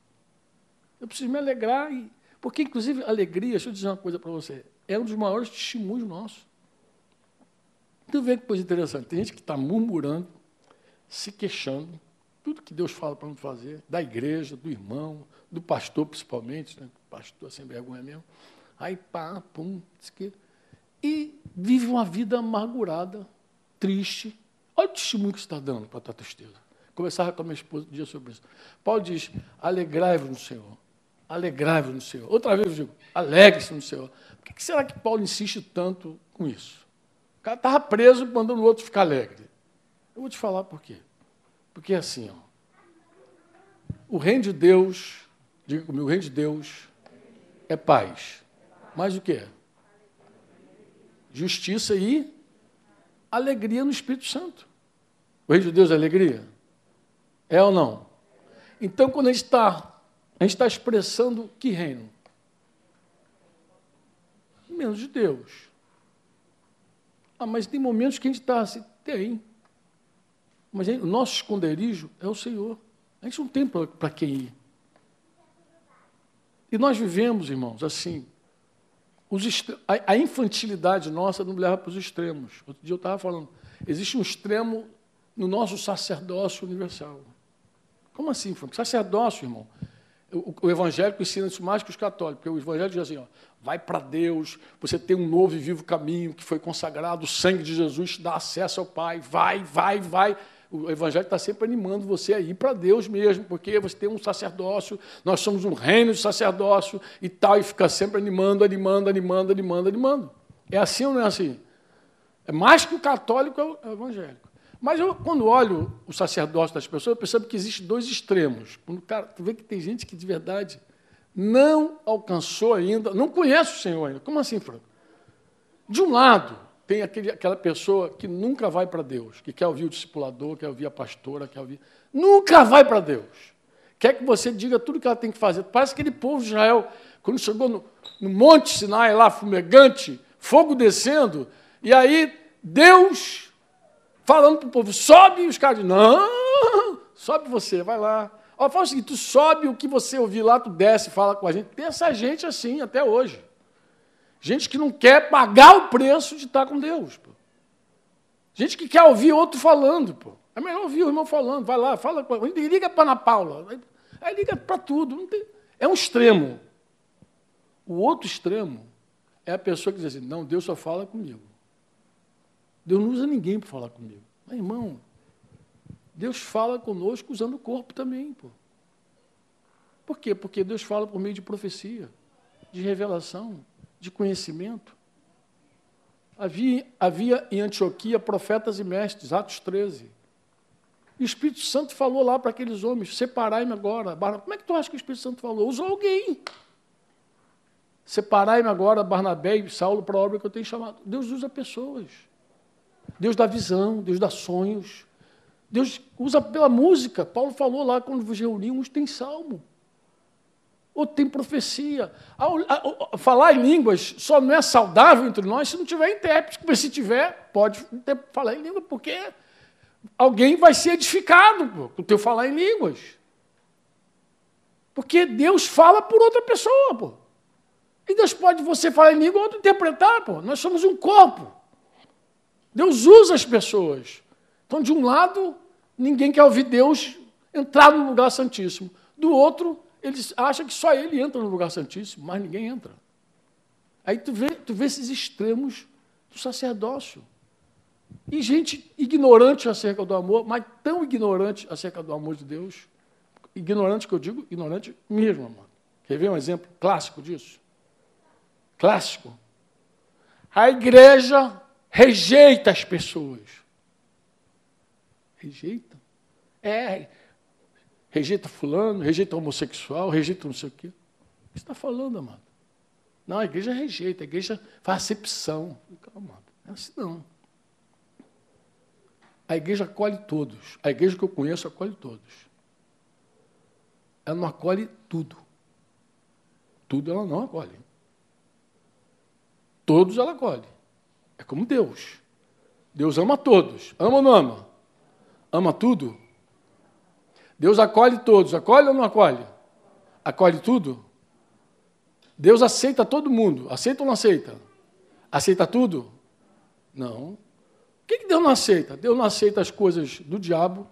Eu preciso me alegrar. Porque, inclusive, alegria, deixa eu dizer uma coisa para você, é um dos maiores testemunhos nossos. Então, vê que coisa interessante. Tem gente que está murmurando, se queixando, tudo que Deus fala para não fazer, da igreja, do irmão, do pastor, principalmente, né? Pastor sem vergonha mesmo. Aí, pá, pum, e vive uma vida amargurada, triste. Olha o testemunho que você está dando para a tua tristeza. Conversava com a minha esposa um dia sobre isso. Paulo diz, alegrai-vos no Senhor. Alegrai-vos no Senhor. Outra vez eu digo, alegre-se no Senhor. Por que será que Paulo insiste tanto com isso? O cara estava preso mandando o outro ficar alegre. Eu vou te falar por quê. Porque é assim, o reino de Deus, diga comigo, o reino de Deus é paz. Mas o quê? Justiça e alegria no Espírito Santo. O reino de Deus é alegria? É ou não? Então, quando a gente está expressando que reino? Menos de Deus. Mas tem momentos que a gente está assim, tem. Mas o nosso esconderijo é o Senhor. A gente não tem para quem ir. E nós vivemos, irmãos, assim, a infantilidade nossa não leva para os extremos. Outro dia eu estava falando, existe um extremo no nosso sacerdócio universal. Como assim, Franco? Sacerdócio, irmão. O evangélico ensina isso mais que os católicos, porque o evangélico diz assim, vai para Deus, você tem um novo e vivo caminho que foi consagrado, o sangue de Jesus te dá acesso ao Pai, vai. O evangelho está sempre animando você a ir para Deus mesmo, porque você tem um sacerdócio, nós somos um reino de sacerdócio e tal, e fica sempre animando. É assim ou não é assim? É mais que o católico é o evangélico. Mas eu, quando olho o sacerdócio das pessoas, eu percebo que existem dois extremos. Quando, cara, tu vê que tem gente que de verdade não alcançou ainda, não conhece o Senhor ainda. Como assim, Franco? De um lado, tem aquela pessoa que nunca vai para Deus, que quer ouvir o discipulador, quer ouvir a pastora, nunca vai para Deus. Quer que você diga tudo o que ela tem que fazer. Parece aquele povo de Israel, quando chegou no Monte Sinai, lá fumegante, fogo descendo, e aí Deus falando para o povo, sobe, e os caras dizem, não, sobe você, vai lá. Ó, fala o seguinte, tu sobe, o que você ouvir lá, tu desce, fala com a gente. Tem essa gente assim até hoje. Gente que não quer pagar o preço de estar com Deus. Pô. Gente que quer ouvir outro falando. Pô. É melhor ouvir o irmão falando, vai lá, fala com a gente, liga para Ana Paula. Aí liga para tudo. Não tem... É um extremo. O outro extremo é a pessoa que diz assim, não, Deus só fala comigo. Deus não usa ninguém para falar comigo. Mas, irmão, Deus fala conosco usando o corpo também. Pô. Por quê? Porque Deus fala por meio de profecia, de revelação, de conhecimento. Havia em Antioquia profetas e mestres, Atos 13. E o Espírito Santo falou lá para aqueles homens, separai-me agora. Como é que tu acha que o Espírito Santo falou? Usou alguém. Separai-me agora, Barnabé e Saulo, para a obra que eu tenho chamado. Deus usa pessoas. Deus dá visão, Deus dá sonhos. Deus usa pela música. Paulo falou lá, quando vos reunimos, tem salmo. Ou tem profecia. Falar em línguas só não é saudável entre nós se não tiver intérprete. Porque se tiver, pode falar em língua, porque alguém vai ser edificado com o teu falar em línguas. Porque Deus fala por outra pessoa, pô. E Deus pode você falar em língua ou outro interpretar, pô. Nós somos um corpo. Deus usa as pessoas. Então, de um lado, ninguém quer ouvir Deus entrar no lugar santíssimo. Do outro, eles acham que só ele entra no lugar santíssimo, mas ninguém entra. Aí tu vê esses extremos do sacerdócio. E gente ignorante acerca do amor, mas tão ignorante acerca do amor de Deus. Ignorante que eu digo, ignorante mesmo, mano. Quer ver um exemplo clássico disso? Clássico. A igreja rejeita as pessoas. Rejeita? Rejeita fulano, rejeita homossexual, rejeita não sei o quê. O que você está falando, amado? Não, a igreja rejeita, a igreja faz acepção. Calma, amado, não é assim não. A igreja acolhe todos. A igreja que eu conheço acolhe todos. Ela não acolhe tudo. Tudo ela não acolhe. Todos ela acolhe. É como Deus. Deus ama todos. Ama ou não ama? Ama tudo? Deus acolhe todos. Acolhe ou não acolhe? Acolhe tudo? Deus aceita todo mundo. Aceita ou não aceita? Aceita tudo? Não. O que Deus não aceita? Deus não aceita as coisas do diabo.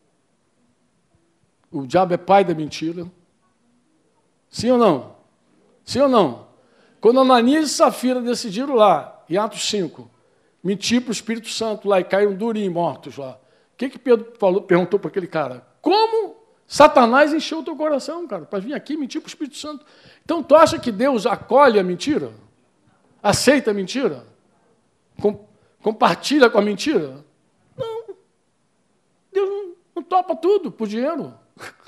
O diabo é pai da mentira. Sim ou não? Sim ou não? Quando Ananias e Safira decidiram lá, em Atos 5, mentir para o Espírito Santo lá e caíram durinhos mortos lá. O que Pedro perguntou para aquele cara? Como Satanás encheu o teu coração, cara, para vir aqui mentir para o Espírito Santo? Então, tu acha que Deus acolhe a mentira? Aceita a mentira? Compartilha com a mentira? Não. Deus não topa tudo por dinheiro.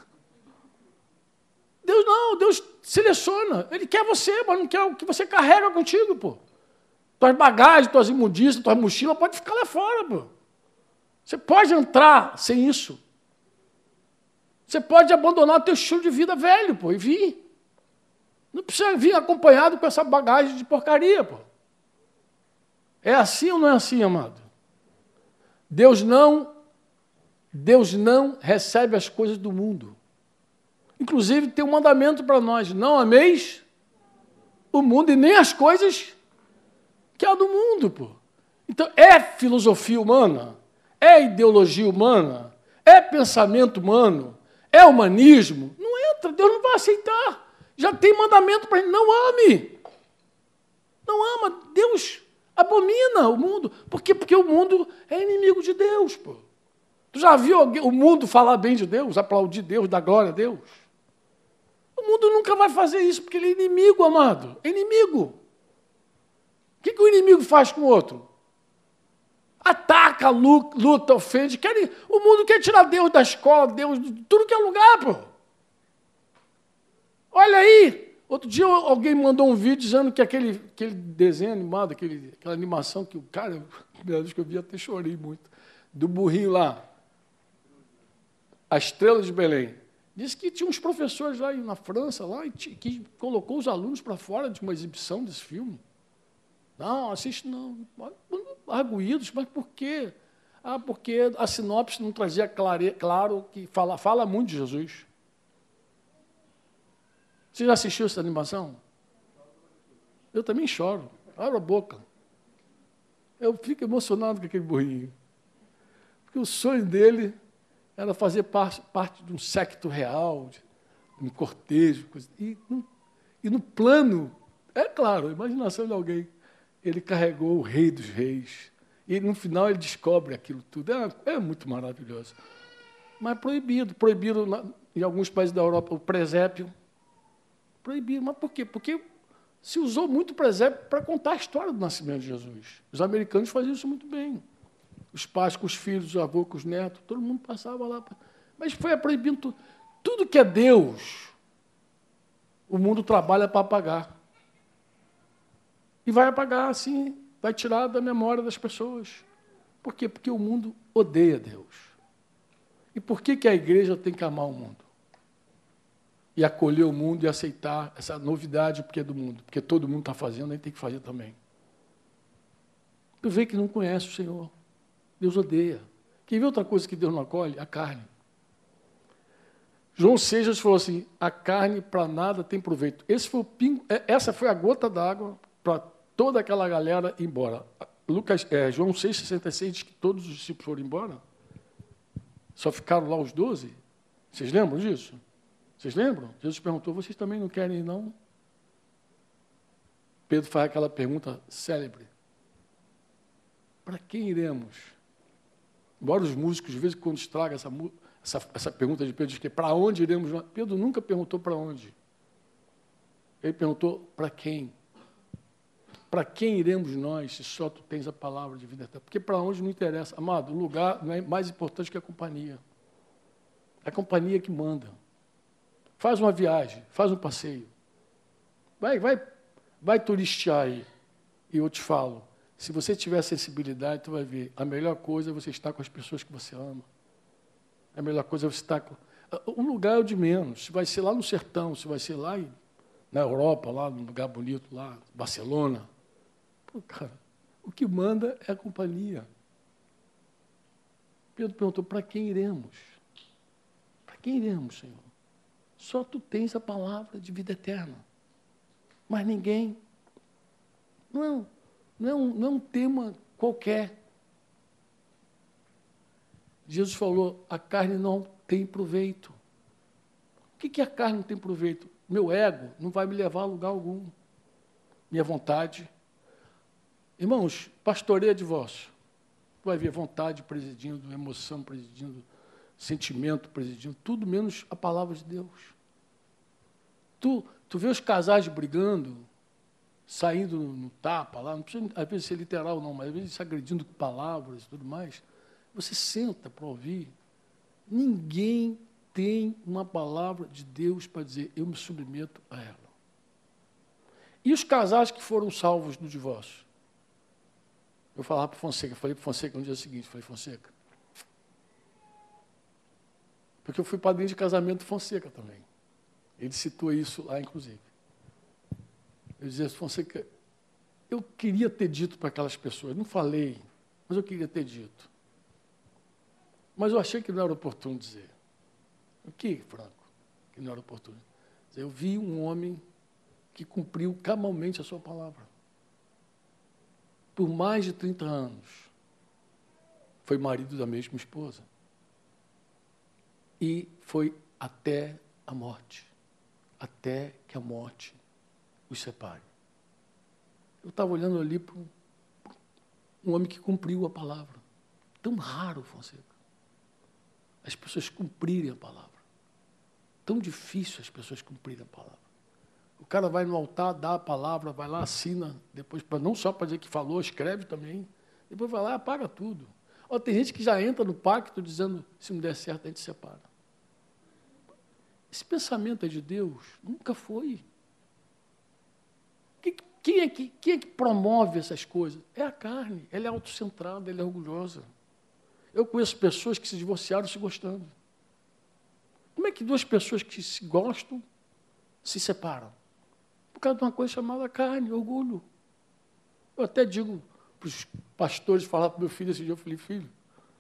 Deus não, Deus seleciona. Ele quer você, mas não quer o que você carrega contigo, pô. Tuas bagagens, tuas imundícias, tuas mochilas, pode ficar lá fora, pô. Você pode entrar sem isso. Você pode abandonar o teu estilo de vida velho, pô, e vir. Não precisa vir acompanhado com essa bagagem de porcaria, pô. É assim ou não é assim, amado? Deus não recebe as coisas do mundo. Inclusive, tem um mandamento para nós, não ameis o mundo e nem as coisas que há do mundo, pô. Então, é filosofia humana, é ideologia humana, é pensamento humano, é humanismo. Não entra, Deus não vai aceitar. Já tem mandamento para ele, não ame. Não ama, Deus abomina o mundo. Por quê? Porque o mundo é inimigo de Deus, pô. Tu já viu o mundo falar bem de Deus, aplaudir Deus, dar glória a Deus? O mundo nunca vai fazer isso, porque ele é inimigo, amado. É inimigo. O que o inimigo faz com o outro? Ataca, luta, ofende. O mundo quer tirar Deus da escola, Deus de tudo que é lugar, pô. Olha aí. Outro dia alguém mandou um vídeo dizendo que aquele desenho animado, aquela animação que o cara, a primeira vez que eu vi, até chorei muito, do burrinho lá, A Estrela de Belém. Disse que tinha uns professores lá na França, lá, que colocou os alunos para fora de uma exibição desse filme. Não, assiste não. Arguídos, mas por quê? Ah, porque a sinopse não trazia claro que fala muito de Jesus. Você já assistiu essa animação? Eu também choro. Abra a boca. Eu fico emocionado com aquele burrinho. Porque o sonho dele era fazer parte de um séquito real, de um cortejo. E no plano, é claro, a imaginação de alguém, ele carregou o rei dos reis. E no final ele descobre aquilo tudo. É muito maravilhoso. Mas proibido. Proibido em alguns países da Europa o presépio. Proibido. Mas por quê? Porque se usou muito presépio para contar a história do nascimento de Jesus. Os americanos faziam isso muito bem. Os pais com os filhos, os avós com os netos, todo mundo passava lá. Mas foi proibindo tudo. Tudo que é Deus, o mundo trabalha para apagar. E vai apagar, sim, vai tirar da memória das pessoas. Por quê? Porque o mundo odeia Deus. E por que a igreja tem que amar o mundo? E acolher o mundo e aceitar essa novidade porque é do mundo. Porque todo mundo está fazendo, aí tem que fazer também. Tu vê que não conhece o Senhor. Deus odeia. Quer ver outra coisa que Deus não acolhe? A carne. João Seixas falou assim, a carne para nada tem proveito. Essa foi a gota d'água para toda aquela galera ir embora. João 6,66 diz que todos os discípulos foram embora. Só ficaram lá os 12. Vocês lembram disso? Vocês lembram? Jesus perguntou, vocês também não querem ir, não? Pedro faz aquela pergunta célebre. Para quem iremos? Embora os músicos, de vez em quando, estragam essa pergunta de Pedro, diz que para onde iremos? Pedro nunca perguntou para onde. Ele perguntou para quem? Para quem iremos nós, se só tu tens a palavra de vida eterna? Porque para onde não interessa. Amado, o lugar não é mais importante que a companhia. É a companhia que manda. Faz uma viagem, faz um passeio. Vai turistear aí. E eu te falo, se você tiver sensibilidade, tu vai ver, a melhor coisa é você estar com as pessoas que você ama. A melhor coisa é você estar com... Um lugar é o de menos. Se vai ser lá no sertão, se vai ser lá na Europa, lá num lugar bonito, lá, Barcelona. Pô, cara, o que manda é a companhia. Pedro perguntou, para quem iremos? Para quem iremos, Senhor? Só tu tens a palavra de vida eterna. Mas ninguém. Não é um tema qualquer. Jesus falou, a carne não tem proveito. O que a carne não tem proveito? Meu ego não vai me levar a lugar algum. Minha vontade. Irmãos, pastoreio é divórcio. Vai ver vontade presidindo, emoção presidindo, sentimento presidindo, tudo menos a palavra de Deus. Tu vê os casais brigando, saindo no tapa lá, não precisa às vezes ser literal não, mas às vezes se agredindo com palavras e tudo mais. Você senta para ouvir. Ninguém tem uma palavra de Deus para dizer, eu me submeto a ela. E os casais que foram salvos do divórcio? Eu falava para o Fonseca, falei para o Fonseca no dia seguinte, falei, Fonseca, porque eu fui padrinho de casamento do Fonseca também. Ele citou isso lá, inclusive. Eu dizia, Fonseca, eu queria ter dito para aquelas pessoas, não falei, mas eu queria ter dito. Mas eu achei que não era oportuno dizer. O que, Franco? Que não era oportuno. Eu vi um homem que cumpriu cabalmente a sua palavra. Por mais de 30 anos. Foi marido da mesma esposa. E foi até a morte. Até que a morte os separe. Eu estava olhando ali para um homem que cumpriu a palavra. Tão raro, Fonseca. As pessoas cumprirem a palavra. Tão difícil as pessoas cumprirem a palavra. O cara vai no altar, dá a palavra, vai lá, assina, depois, não só para dizer que falou, escreve também, depois vai lá e apaga tudo. Ó, tem gente que já entra no pacto dizendo, se não der certo, a gente separa. Esse pensamento é de Deus? Nunca foi. Quem é que promove essas coisas? É a carne, ela é autocentrada, ela é orgulhosa. Eu conheço pessoas que se divorciaram se gostando. Como é que duas pessoas que se gostam se separam? Por causa de uma coisa chamada carne, orgulho. Eu até digo para os pastores, falar para o meu filho esse dia, eu falei, filho,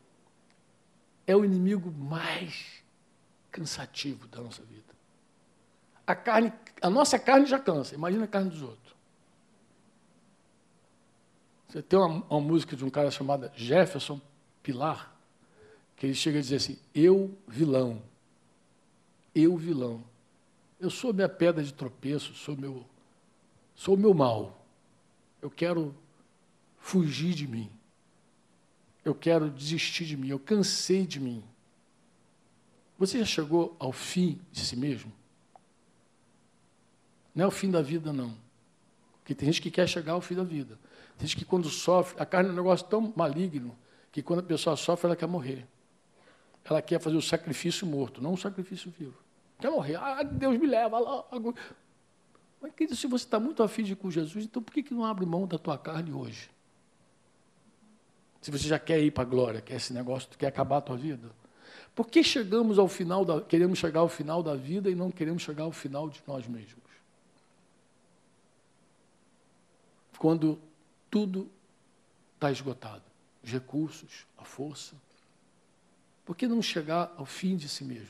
é o inimigo mais cansativo da nossa vida. A nossa carne já cansa, imagina a carne dos outros. Você tem uma música de um cara chamado Jefferson Pilar, que ele chega a dizer assim, eu vilão, eu sou minha pedra de tropeço, sou o meu mal, eu quero fugir de mim, eu quero desistir de mim, eu cansei de mim. Você já chegou ao fim de si mesmo? Não é o fim da vida, não. Porque tem gente que quer chegar ao fim da vida. Tem gente que, quando sofre, a carne é um negócio tão maligno que, quando a pessoa sofre, ela quer morrer. Ela quer fazer o sacrifício morto, não o sacrifício vivo. Quer morrer. Ah, Deus me leva lá. Mas, querido, se você está muito afim de ir com Jesus, então por que não abre mão da tua carne hoje? Se você já quer ir para a glória, quer esse negócio, quer acabar a tua vida. Por que queremos chegar ao final da vida e não queremos chegar ao final de nós mesmos? Quando tudo está esgotado, os recursos, a força, por que não chegar ao fim de si mesmo?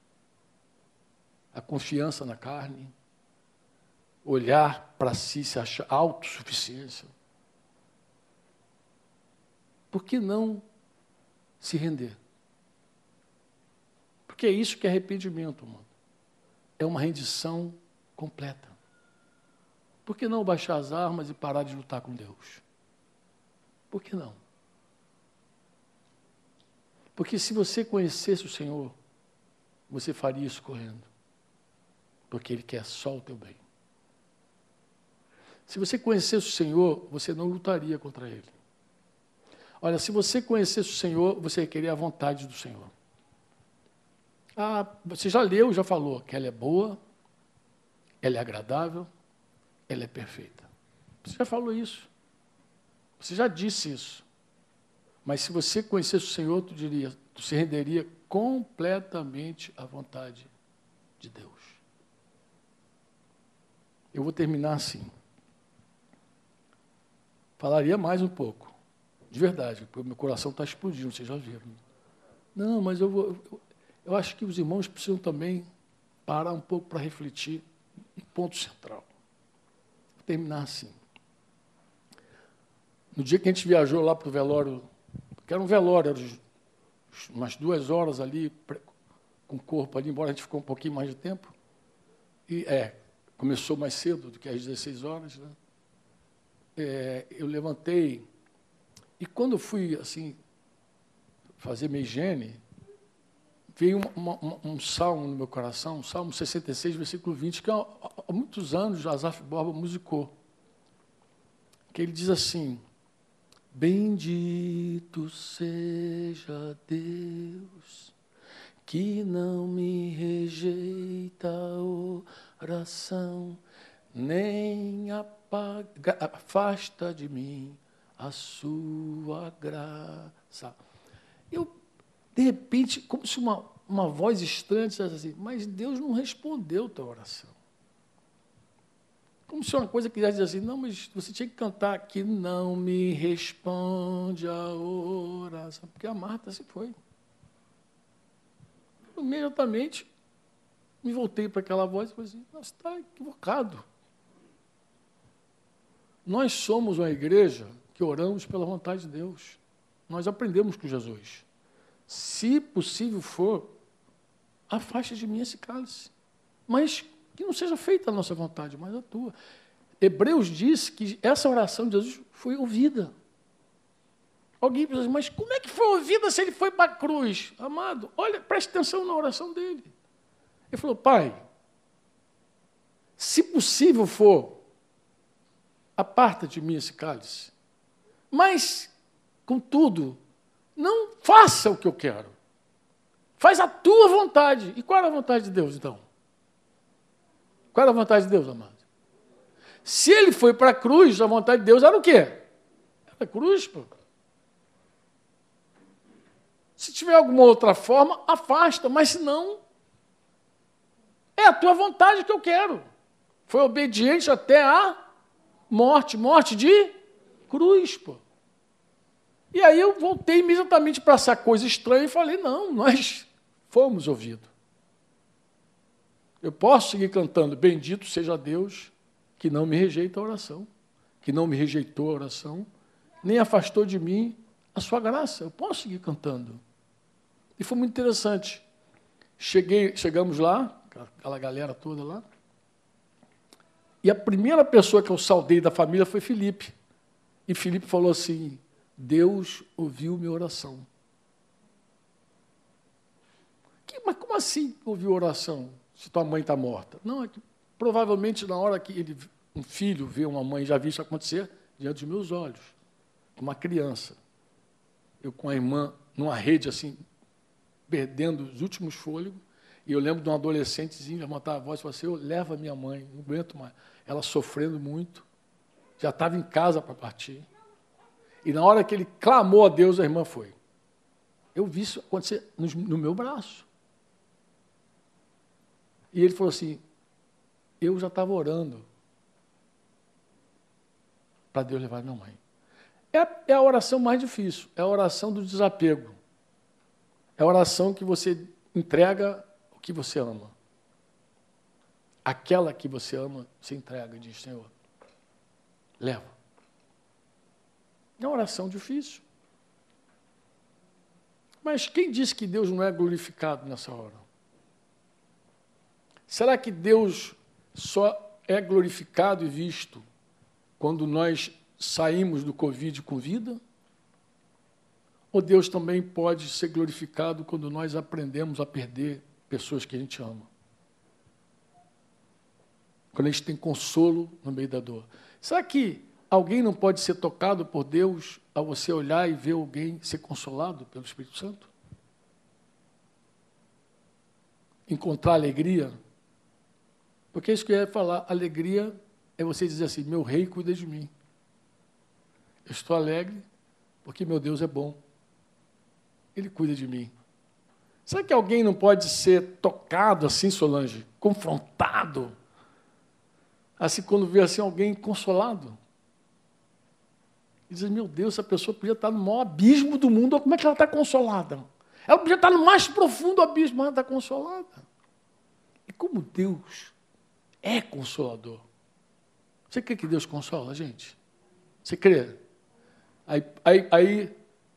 A confiança na carne, olhar para si, se achar autossuficiência. Por que não se render? Porque é isso que é arrependimento, mano. É uma rendição completa. Por que não baixar as armas e parar de lutar com Deus? Por que não? Porque se você conhecesse o Senhor, você faria isso correndo. Porque Ele quer só o teu bem. Se você conhecesse o Senhor, você não lutaria contra Ele. Olha, se você conhecesse o Senhor, você queria a vontade do Senhor. Ah, você já leu, já falou que ela é boa, ela é agradável, ela é perfeita. Você já falou isso. Você já disse isso. Mas se você conhecesse o Senhor, tu se renderia completamente à vontade de Deus. Eu vou terminar assim. Falaria mais um pouco. De verdade, porque o meu coração está explodindo, vocês já viram. Não, mas eu acho que os irmãos precisam também parar um pouco para refletir um ponto central. Vou terminar assim. No dia que a gente viajou lá para o velório, que era um velório, era umas 2 horas ali, com o corpo ali, embora a gente ficou um pouquinho mais de tempo, e começou mais cedo do que às 16 horas, né? Eu levantei, e quando eu fui, assim, fazer minha higiene, veio um salmo no meu coração, Salmo 66, versículo 20, que há muitos anos Asaf Borba musicou, que ele diz assim, bendito seja Deus, que não me rejeita a oração, nem afasta de mim a sua graça. Eu, de repente, como se uma voz estranha dissesse assim, mas Deus não respondeu a tua oração. Como se uma coisa quisesse dizer assim, não, mas você tinha que cantar que não me responde a oração, porque a Marta se foi. Imediatamente, me voltei para aquela voz e falei assim, você está equivocado. Nós somos uma igreja que oramos pela vontade de Deus. Nós aprendemos com Jesus. Se possível for, afaste de mim esse cálice. Mas que não seja feita a nossa vontade, mas a tua. Hebreus diz que essa oração de Jesus foi ouvida. Alguém pensa, mas como é que foi ouvida se ele foi para a cruz? Amado, olha, preste atenção na oração dele. Ele falou, Pai, se possível for, aparta de mim esse cálice. Mas, contudo, não faça o que eu quero. Faz a tua vontade. E qual era a vontade de Deus, então? Qual era a vontade de Deus, amado? Se ele foi para a cruz, a vontade de Deus era o quê? Era a cruz, pô. Se tiver alguma outra forma, afasta, mas se não, é a tua vontade que eu quero. Foi obediente até a morte de cruz, pô. E aí eu voltei imediatamente para essa coisa estranha e falei, não, nós fomos ouvidos. Eu posso seguir cantando, bendito seja Deus, que não me rejeita a oração, que não me rejeitou a oração, nem afastou de mim a sua graça. Eu posso seguir cantando. E foi muito interessante. Chegamos lá, aquela galera toda lá, e a primeira pessoa que eu saudei da família foi Felipe. E Felipe falou assim, Deus ouviu minha oração. Mas como assim ouviu oração, se tua mãe está morta? Não, é que provavelmente na hora que um filho vê uma mãe, já vi isso acontecer diante dos meus olhos, uma criança, eu com a irmã, numa rede assim, perdendo os últimos fôlegos, e eu lembro de um adolescentezinho levantar a voz e falar assim, eu levo a minha mãe, não aguento mais. Ela sofrendo muito, já estava em casa para partir. E na hora que ele clamou a Deus, a irmã foi. Eu vi isso acontecer no meu braço. E ele falou assim, eu já estava orando para Deus levar minha mãe. É a oração mais difícil, é a oração do desapego. É a oração que você entrega o que você ama. Aquela que você ama, você entrega e diz, Senhor, leva. É uma oração difícil. Mas quem disse que Deus não é glorificado nessa hora? Será que Deus só é glorificado e visto quando nós saímos do Covid com vida? Ou Deus também pode ser glorificado quando nós aprendemos a perder pessoas que a gente ama? Quando a gente tem consolo no meio da dor. Será que alguém não pode ser tocado por Deus ao você olhar e ver alguém ser consolado pelo Espírito Santo? Encontrar alegria? Porque é isso que eu ia falar. Alegria é você dizer assim, meu rei cuida de mim. Eu estou alegre porque meu Deus é bom. Ele cuida de mim. Será que alguém não pode ser tocado assim, Solange? Confrontado? Assim, quando vê assim, alguém consolado? E diz, meu Deus, essa pessoa podia estar no maior abismo do mundo, como é que ela está consolada? Ela podia estar no mais profundo abismo, mas ela está consolada. E como Deus é consolador. Você crê que Deus consola a gente? Você crê? Aí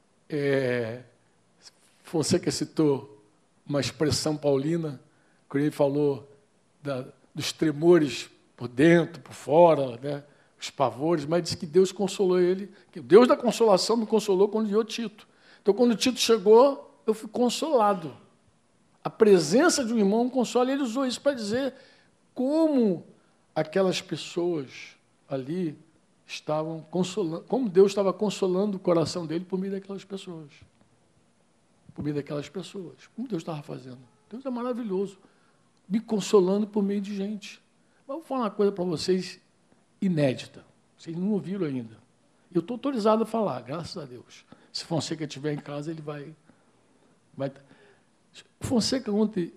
Fonseca citou uma expressão paulina, quando ele falou dos tremores por dentro, por fora, né? Os pavores, mas disse que Deus consolou ele, que o Deus da consolação me consolou quando enviou Tito. Então, quando Tito chegou, eu fui consolado. A presença de um irmão me consola, e ele usou isso para dizer como aquelas pessoas ali estavam consolando, como Deus estava consolando o coração dele por meio daquelas pessoas. Por meio daquelas pessoas. Como Deus estava fazendo. Deus é maravilhoso, me consolando por meio de gente. Mas vou falar uma coisa para vocês inédita. Vocês não ouviram ainda. Eu estou autorizado a falar, graças a Deus. Se Fonseca estiver em casa, ele vai. Fonseca, ontem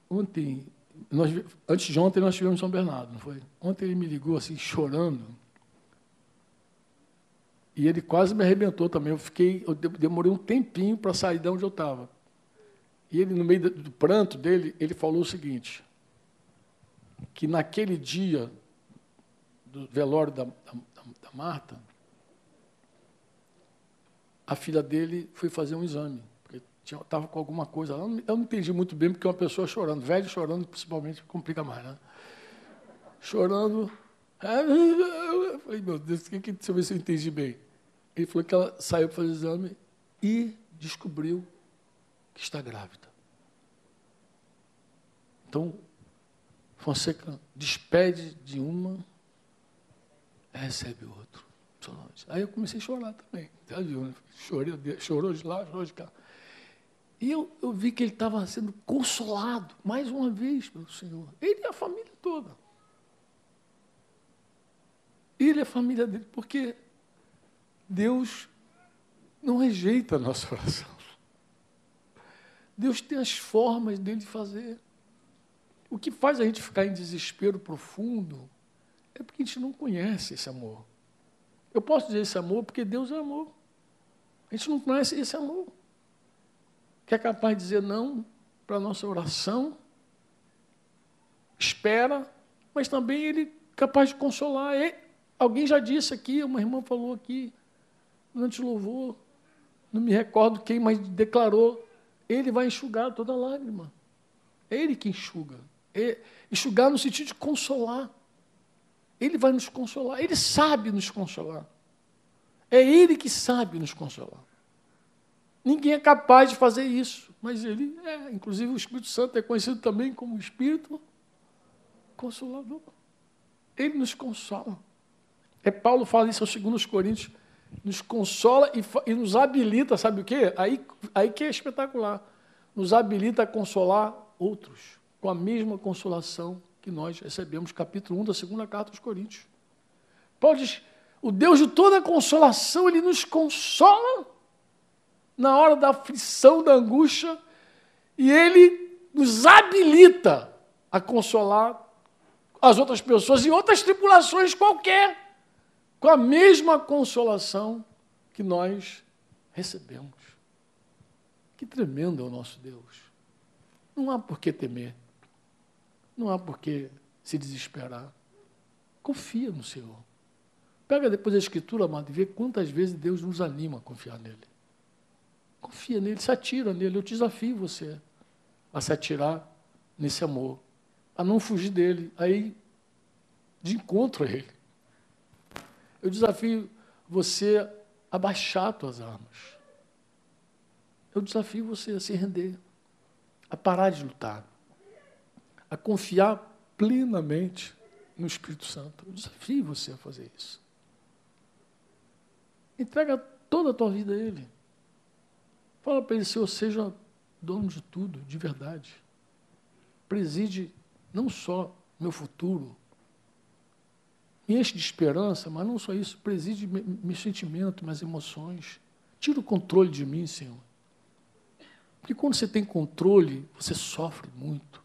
antes de ontem, nós estivemos em São Bernardo, não foi? Ontem ele me ligou assim, chorando. E ele quase me arrebentou também. Eu demorei um tempinho para sair de onde eu estava. E ele, no meio do pranto dele, ele falou o seguinte, que naquele dia do velório da Marta, a filha dele foi fazer um exame, porque estava com alguma coisa lá. Eu não entendi muito bem, porque uma pessoa chorando, velho chorando, principalmente, complica mais, né? Chorando. Eu falei, meu Deus, deixa eu ver se eu entendi bem. Ele falou que ela saiu para fazer o exame e descobriu que está grávida. Então, Fonseca despede de uma, recebe outro. Aí eu comecei a chorar também. Já viu, né? Chorou de lá, chorou de cá. E eu vi que ele estava sendo consolado, mais uma vez, pelo Senhor. Ele e a família toda. Ele e a família dele, porque Deus não rejeita a nossa oração. Deus tem as formas dele de fazer. O que faz a gente ficar em desespero profundo é porque a gente não conhece esse amor. Eu posso dizer esse amor porque Deus é amor. A gente não conhece esse amor, que é capaz de dizer não para a nossa oração, espera, mas também ele é capaz de consolar. Alguém já disse aqui, uma irmã falou aqui, durante o louvor, não me recordo quem, mas declarou, ele vai enxugar toda lágrima. É ele que enxuga. Enxugar no sentido de consolar. Ele vai nos consolar, ele sabe nos consolar. É ele que sabe nos consolar. Ninguém é capaz de fazer isso, mas ele é. Inclusive o Espírito Santo é conhecido também como Espírito Consolador. Ele nos consola. Paulo fala isso aos 2 Coríntios, nos consola e nos habilita, sabe o quê? Aí que é espetacular. Nos habilita a consolar outros, com a mesma consolação que nós recebemos, capítulo 1 da 2ª carta aos Coríntios. Paulo diz, o Deus de toda consolação, ele nos consola na hora da aflição, da angústia, e ele nos habilita a consolar as outras pessoas em outras tribulações qualquer, com a mesma consolação que nós recebemos. Que tremendo é o nosso Deus. Não há por que temer. Não há por que se desesperar. Confia no Senhor. Pega depois a Escritura, amado, e vê quantas vezes Deus nos anima a confiar nele. Confia nele, se atira nele. Eu desafio você a se atirar nesse amor, a não fugir dele, aí de encontro a ele. Eu desafio você a baixar as tuas armas. Eu desafio você a se render, a parar de lutar, a confiar plenamente no Espírito Santo. Eu desafio você a fazer isso. Entrega toda a tua vida a Ele. Fala para Ele, Senhor, seja dono de tudo, de verdade. Preside não só meu futuro, me enche de esperança, mas não só isso, preside meus sentimentos, minhas emoções. Tira o controle de mim, Senhor. Porque quando você tem controle, você sofre muito.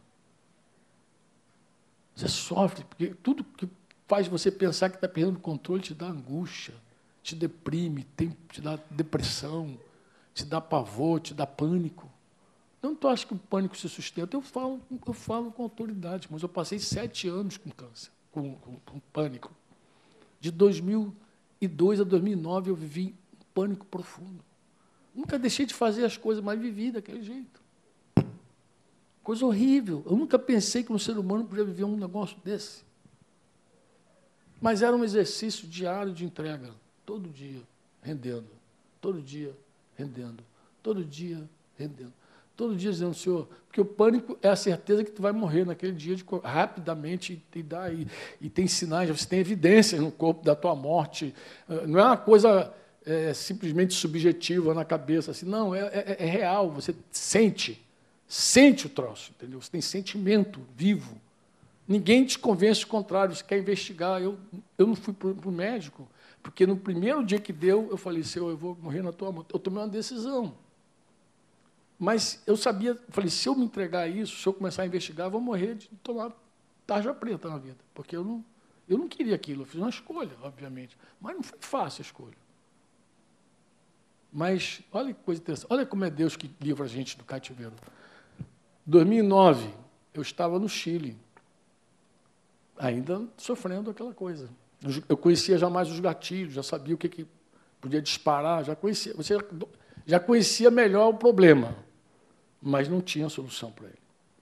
Você sofre, porque tudo que faz você pensar que está perdendo o controle te dá angústia, te deprime, te dá depressão, te dá pavor, te dá pânico. Não tu acha que o pânico se sustenta? Eu falo com autoridade, mas eu passei 7 anos com câncer, com pânico. De 2002 a 2009 eu vivi um pânico profundo. Nunca deixei de fazer as coisas, mas vivi daquele jeito. Coisa horrível. Eu nunca pensei que um ser humano podia viver um negócio desse. Mas era um exercício diário de entrega, todo dia, rendendo, todo dia, rendendo, todo dia, rendendo. Todo dia dizendo, Senhor, porque o pânico é a certeza que tu vai morrer naquele dia rapidamente e tem sinais, você tem evidências no corpo da tua morte. Não é uma coisa simplesmente subjetiva na cabeça, assim, não, é real, você sente o troço, entendeu? Você tem sentimento vivo. Ninguém te convence o contrário, você quer investigar. Eu não fui para o médico, porque no primeiro dia que deu, eu falei, Senhor, eu vou morrer na tua mão. Eu tomei uma decisão. Mas eu sabia, falei, se eu me entregar a isso, se eu começar a investigar, eu vou morrer de tomar tarja preta na vida. Porque eu não queria aquilo, eu fiz uma escolha, obviamente. Mas não foi fácil a escolha. Mas, olha que coisa interessante, olha como é Deus que livra a gente do cativeiro. Em 2009, eu estava no Chile, ainda sofrendo aquela coisa. Eu conhecia já mais os gatilhos, já sabia o que podia disparar, você já conhecia melhor o problema, mas não tinha solução para ele.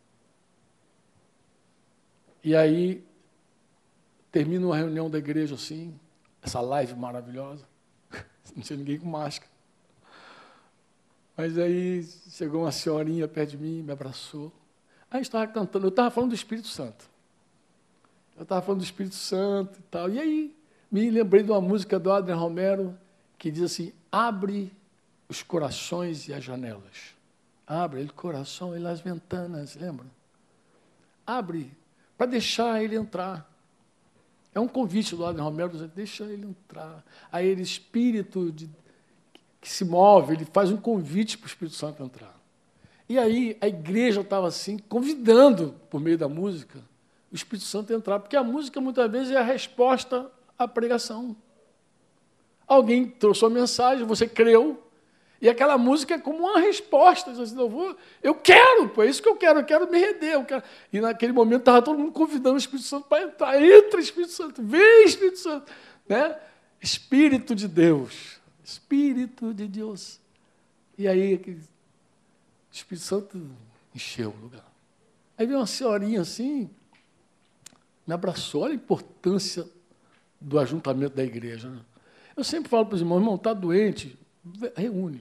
E aí, termina uma reunião da igreja assim, essa live maravilhosa, não tinha ninguém com máscara. Mas aí chegou uma senhorinha perto de mim, me abraçou. Aí estava cantando, eu estava falando do Espírito Santo. Eu estava falando do Espírito Santo e tal. E aí me lembrei de uma música do Adrian Romero que diz assim, abre os corações e as janelas. Abre o coração e as ventanas, lembra? Abre, para deixar ele entrar. É um convite do Adrian Romero, deixa ele entrar. Aí ele, espírito que se move, ele faz um convite para o Espírito Santo entrar. E aí a igreja estava assim, convidando, por meio da música, o Espírito Santo a entrar, porque a música muitas vezes é a resposta à pregação. Alguém trouxe uma mensagem, você creu, E aquela música é como uma resposta. Eu quero, pô, é isso que eu quero me render. E naquele momento estava todo mundo convidando o Espírito Santo para entrar. Entra, Espírito Santo, vem, Espírito Santo. Né? Espírito de Deus. Espírito de Deus. E aí, o Espírito Santo encheu o lugar. Aí veio uma senhorinha assim, me abraçou. Olha a importância do ajuntamento da igreja. Né? Eu sempre falo para os irmãos, irmão, está doente, reúne.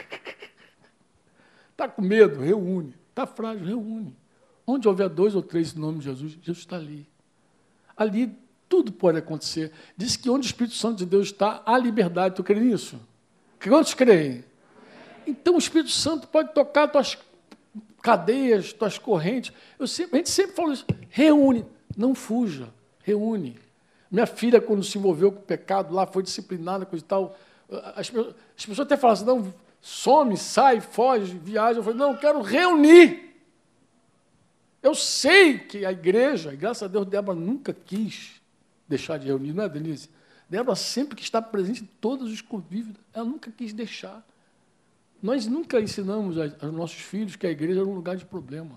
Está com medo? Reúne. Está frágil? Reúne. Onde houver 2 ou 3 em nome de Jesus, Jesus está ali. Ali tudo pode acontecer. Diz que onde o Espírito Santo de Deus está, há liberdade. Tu crê nisso? Quantos creem? Então o Espírito Santo pode tocar tuas cadeias, tuas correntes. A gente sempre fala isso. Reúne. Não fuja. Reúne. Minha filha, quando se envolveu com o pecado lá, foi disciplinada, coisa e tal. As pessoas até falam assim, não, some, sai, foge, viaja. Eu falei, não, eu quero reunir. Eu sei que a igreja, e graças a Deus, Débora nunca quis deixar de reunir, não é, Denise? Débora sempre que está presente em todos os convívios, ela nunca quis deixar. Nós nunca ensinamos aos nossos filhos que a igreja era um lugar de problema.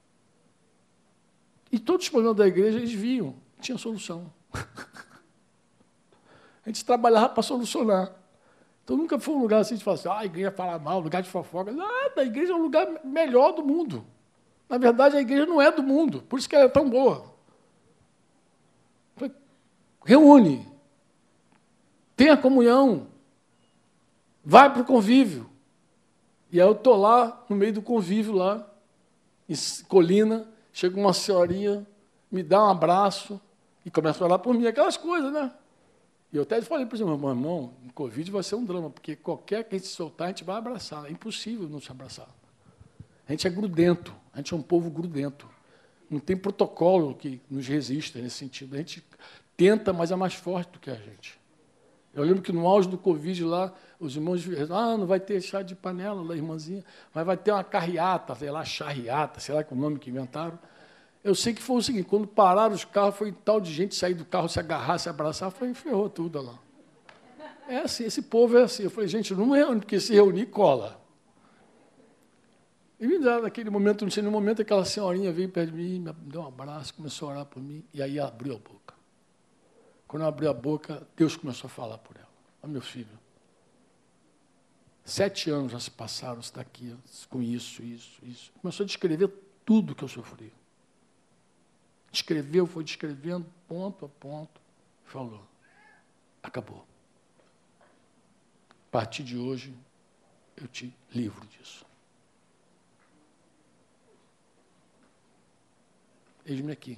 E todos os problemas da igreja, eles viam, tinha solução. A gente trabalhava para solucionar. Então, nunca foi um lugar assim de falar assim, a igreja fala mal, lugar de fofoca. Nada, a igreja é o lugar melhor do mundo. Na verdade, a igreja não é do mundo, por isso que ela é tão boa. Reúne, tenha comunhão, vai para o convívio. E aí eu estou lá, no meio do convívio, lá, em Colina, chega uma senhorinha, me dá um abraço e começa a orar por mim, aquelas coisas, né? E eu até falei para os irmãos, irmão, o Covid vai ser um drama, porque qualquer que a gente se soltar, a gente vai abraçar. É impossível não se abraçar. A gente é grudento, a gente é um povo grudento. Não tem protocolo que nos resista nesse sentido. A gente tenta, mas é mais forte do que a gente. Eu lembro que no auge do Covid lá, os irmãos não vai ter chá de panela da irmãzinha, mas vai ter uma carreata, sei lá, charriata, sei lá que é o nome que inventaram. Eu sei que foi o seguinte, quando pararam os carros, foi tal de gente sair do carro, se agarrar, se abraçar, ferrou tudo lá. É assim, esse povo é assim. Eu falei, gente, não me reúne, porque se reunir, cola. E me deram naquele momento, não sei, no momento, aquela senhorinha veio perto de mim, me deu um abraço, começou a orar por mim, e aí abriu a boca. Quando eu abri a boca, Deus começou a falar por ela. Ó, meu filho, 7 anos já se passaram, você está aqui com isso. Começou a descrever tudo que eu sofri. Descreveu, foi descrevendo, ponto a ponto, falou, acabou. A partir de hoje, eu te livro disso. Eis-me aqui.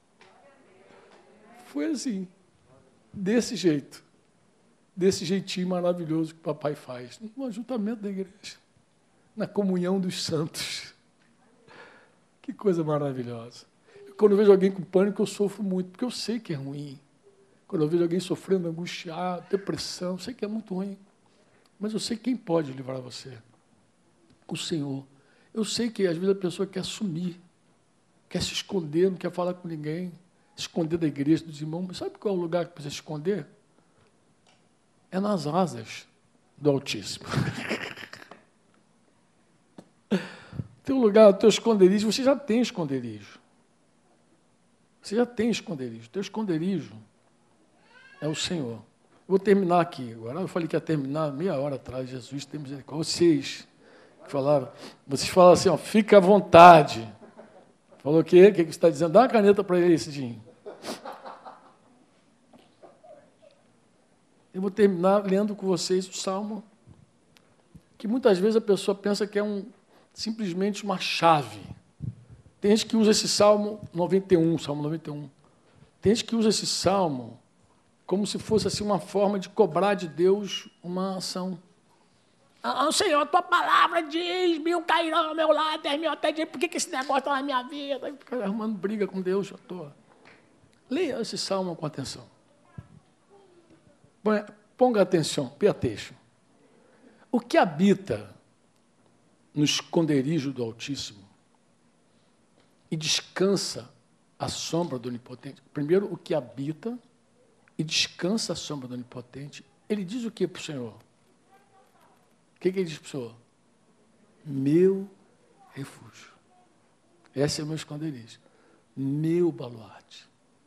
Foi assim, desse jeito, desse jeitinho maravilhoso que o papai faz, no ajuntamento da igreja, na comunhão dos santos. Que coisa maravilhosa. Quando eu vejo alguém com pânico, eu sofro muito, porque eu sei que é ruim. Quando eu vejo alguém sofrendo, angustiado, depressão, eu sei que é muito ruim. Mas eu sei quem pode livrar você. O Senhor. Eu sei que, às vezes, a pessoa quer sumir, quer se esconder, não quer falar com ninguém, se esconder da igreja, dos irmãos. Mas sabe qual é o lugar que precisa se esconder? É nas asas do Altíssimo. Teu lugar, teu esconderijo, você já tem esconderijo. Você já tem esconderijo. Teu esconderijo é o Senhor. Eu vou terminar aqui. Agora eu falei que ia terminar meia hora atrás. Jesus tem misericórdia. Vocês que falaram, vocês falam assim, ó, fica à vontade. Falou o quê? O que você está dizendo? Dá uma caneta para ele, Cidinho. Eu vou terminar lendo com vocês o Salmo, que muitas vezes a pessoa pensa que é simplesmente uma chave. Tem gente que usa esse Salmo 91, Salmo 91. Tem gente que usa esse Salmo como se fosse assim, uma forma de cobrar de Deus uma ação. Senhor, a tua palavra diz, 1000 cairão ao meu lado, 10.000 até dizer, por que esse negócio está na minha vida? Aí fica arrumando briga com Deus à toa. Leia esse Salmo com atenção. Ponga atenção, pay attention. O que habita no esconderijo do Altíssimo e descansa à sombra do Onipotente? Primeiro, o que habita e descansa à sombra do Onipotente. Ele diz o que para o Senhor? que ele diz para o Senhor? Meu refúgio. Esse é o meu esconderijo. Meu baluarte.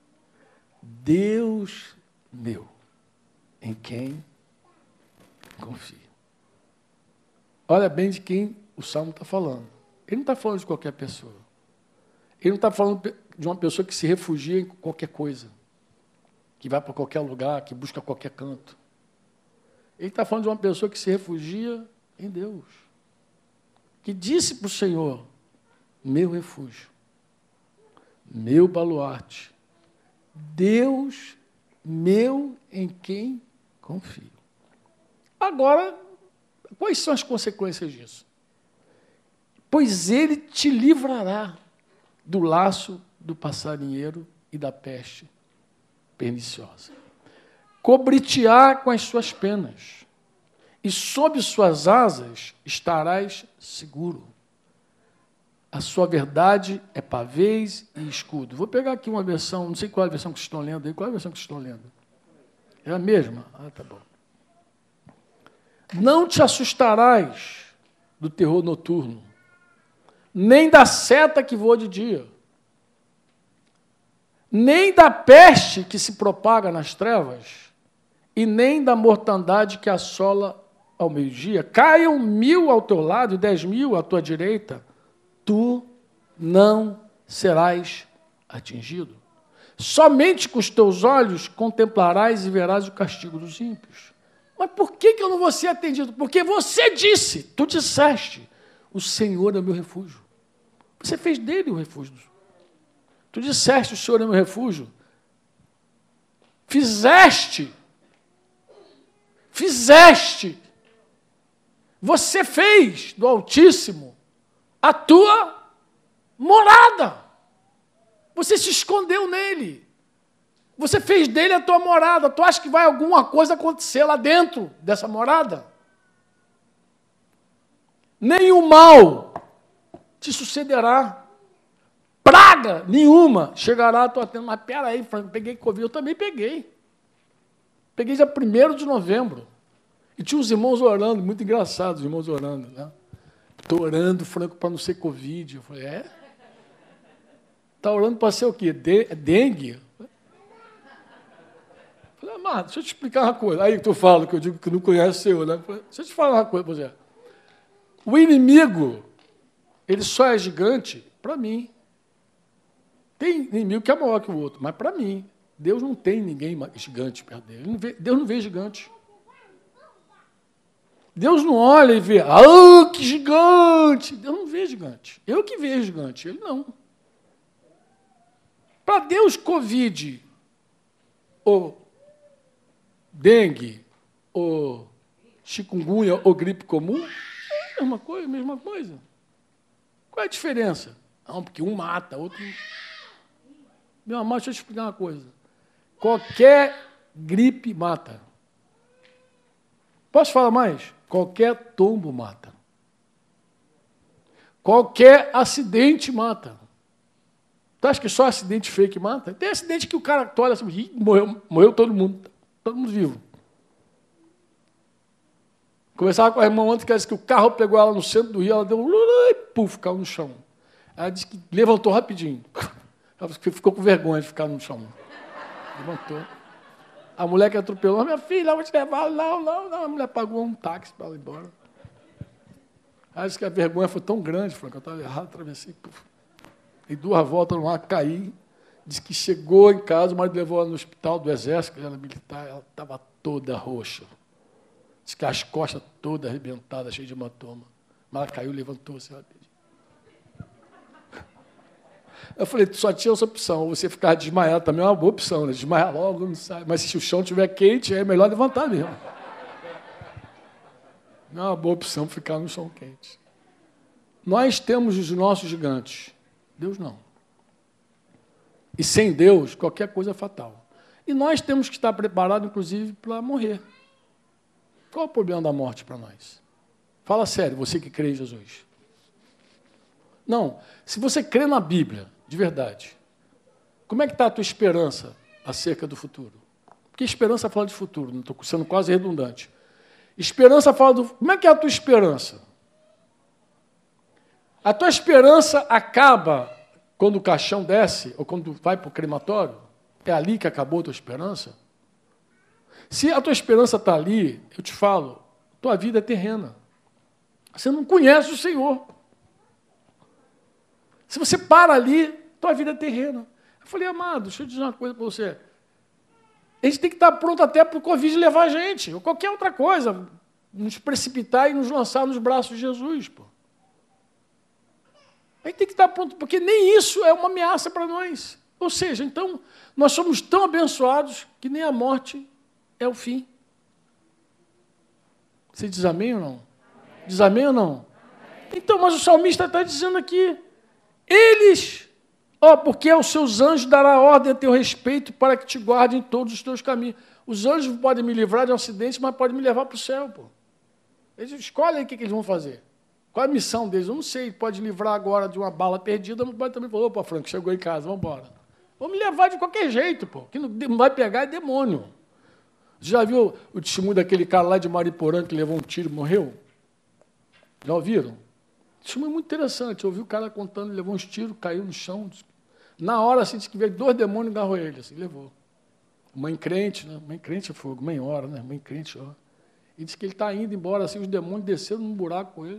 Deus meu, em quem confio. Olha bem de quem o Salmo está falando. Ele não está falando de qualquer pessoa. Ele não está falando de uma pessoa que se refugia em qualquer coisa, que vai para qualquer lugar, que busca qualquer canto. Ele está falando de uma pessoa que se refugia em Deus, que disse para o Senhor, meu refúgio, meu baluarte, Deus meu em quem confio. Agora, quais são as consequências disso? Pois ele te livrará do laço do passarinheiro e da peste perniciosa. Cobrir-te-á com as suas penas, e sob suas asas estarás seguro. A sua verdade é pavês e escudo. Vou pegar aqui uma versão, não sei qual é a versão que vocês estão lendo aí. Qual é a versão que vocês estão lendo? É a mesma? Ah, tá bom. Não te assustarás do terror noturno, nem da seta que voa de dia, nem da peste que se propaga nas trevas, e nem da mortandade que assola ao meio-dia. Caiam 1000 ao teu lado e 10.000 à tua direita, tu não serás atingido. Somente com os teus olhos contemplarás e verás o castigo dos ímpios. Mas por que eu não vou ser atendido? Porque você disse, tu disseste, o Senhor é o meu refúgio. Você fez dele o refúgio. Tu disseste, o Senhor é o meu refúgio. Fizeste. Você fez do Altíssimo a tua morada. Você se escondeu nele. Você fez dele a tua morada. Tu acha que vai alguma coisa acontecer lá dentro dessa morada? Nenhum mal te sucederá. Praga nenhuma chegará à tua tenda. Mas peraí, Franco, peguei Covid. Eu também peguei. Peguei dia 1º de novembro. E tinha os irmãos orando, muito engraçados, os irmãos orando, né? Estou orando, Franco, para não ser Covid. Eu falei, é? Está orando para ser o quê? Dengue? Eu falei, amado, deixa eu te explicar uma coisa. Aí tu fala, que eu digo que não conhece o Senhor, né? Falei, deixa eu te falar uma coisa, você. O inimigo, ele só é gigante para mim. Tem inimigo que é maior que o outro, mas para mim. Deus não tem ninguém gigante perto dele. Deus não vê gigante. Deus não olha e vê, que gigante. Deus não vê gigante. Eu que vejo gigante, ele não. Para Deus, Covid, ou dengue, ou chikungunya, ou gripe comum, é a mesma coisa. Qual é a diferença? Não, porque um mata, outro não. Meu amado, deixa eu te explicar uma coisa. Qualquer gripe mata. Posso falar mais? Qualquer tombo mata. Qualquer acidente mata. Tu acha que só acidente fake mata? Tem acidente que o cara olha assim, morreu todo mundo vivo. Conversava com a irmã ontem, que ela disse que o carro pegou ela no centro do rio, ela deu um e puf, caiu no chão. Ela disse que levantou rapidinho. Ela ficou com vergonha de ficar no chão. Levantou. A mulher que atropelou, minha filha, eu vou te levar. Não. A mulher pagou um táxi para ela ir embora. Ela disse que a vergonha foi tão grande, Franco, eu estava errado, atravessei. Dei 2 voltas no ar, caí. Disse que chegou em casa, o marido levou ela no hospital do Exército, ela era militar, ela estava toda roxa. Disse que as costas todas arrebentadas, cheias de hematoma. Mas ela caiu, levantou-se. Eu falei, só tinha essa opção, você ficar desmaiado também é uma boa opção, né? Desmaiar logo, não sai. Mas se o chão estiver quente, é melhor levantar mesmo. Não é uma boa opção ficar no chão quente. Nós temos os nossos gigantes, Deus não. E sem Deus, qualquer coisa é fatal. E nós temos que estar preparados, inclusive, para morrer. Qual é o problema da morte para nós? Fala sério, você que crê em Jesus. Não, se você crê na Bíblia, de verdade, como é que está a tua esperança acerca do futuro? Porque esperança fala de futuro, não estou sendo quase redundante. Esperança fala do... Como é que é a tua esperança? A tua esperança acaba quando o caixão desce, ou quando vai para o crematório? É ali que acabou a tua esperança? Se a tua esperança está ali, eu te falo, tua vida é terrena. Você não conhece o Senhor. Se você para ali, tua vida é terrena. Eu falei, amado, deixa eu dizer uma coisa para você. A gente tem que estar pronto até para o Covid levar a gente, ou qualquer outra coisa, nos precipitar e nos lançar nos braços de Jesus. Pô. A gente tem que estar pronto, porque nem isso é uma ameaça para nós. Ou seja, então, nós somos tão abençoados que nem a morte é o fim. Você diz amém ou não? Diz amém ou não? Então, mas o salmista está dizendo aqui, eles, porque aos seus anjos dará ordem a teu respeito para que te guardem em todos os teus caminhos. Os anjos podem me livrar de um acidente, mas podem me levar para o céu. Pô. Eles escolhem o que eles vão fazer. Qual é a missão deles? Eu não sei. Pode livrar agora de uma bala perdida, mas pode também falar, opa, Franco, chegou em casa, vamos embora. Vão me levar de qualquer jeito, pô. Quem não vai pegar é demônio. Você já viu o testemunho daquele cara lá de Mariporã que levou um tiro e morreu? Já ouviram? Testemunho muito interessante. Eu ouvi o cara contando, ele levou uns tiros, caiu no chão. Na hora, assim, disse que veio 2 demônios e agarrou ele, assim, levou. Mãe crente, né? Mãe crente é fogo, mãe ora, né? Mãe crente ora. E disse que ele está indo embora, assim, os demônios desceram num buraco com ele.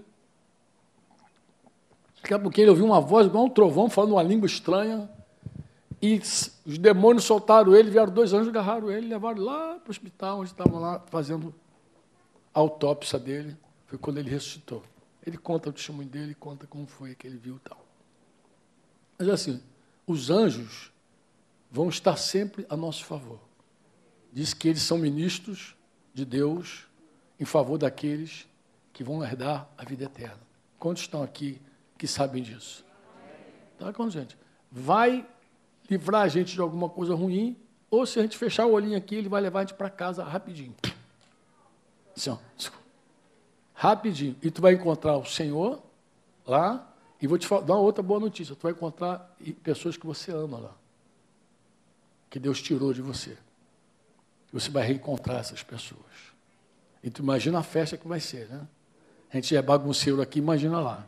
Daqui a pouquinho ele ouviu uma voz igual um trovão, falando uma língua estranha. E os demônios soltaram ele, vieram 2 anjos, agarraram ele, levaram lá para o hospital, onde estavam lá fazendo a autópsia dele. Foi quando ele ressuscitou. Ele conta o testemunho dele, conta como foi que ele viu e tal. Mas assim, os anjos vão estar sempre a nosso favor. Diz que eles são ministros de Deus em favor daqueles que vão herdar a vida eterna. Quantos estão aqui que sabem disso? Tá, quantos, gente? Vai livrar a gente de alguma coisa ruim, ou se a gente fechar o olhinho aqui, ele vai levar a gente para casa rapidinho. Assim, ó, rapidinho. E tu vai encontrar o Senhor lá, e vou te dar uma outra boa notícia. Tu vai encontrar pessoas que você ama lá, que Deus tirou de você. E você vai reencontrar essas pessoas. E tu imagina a festa que vai ser, né? A gente é bagunceiro aqui, imagina lá.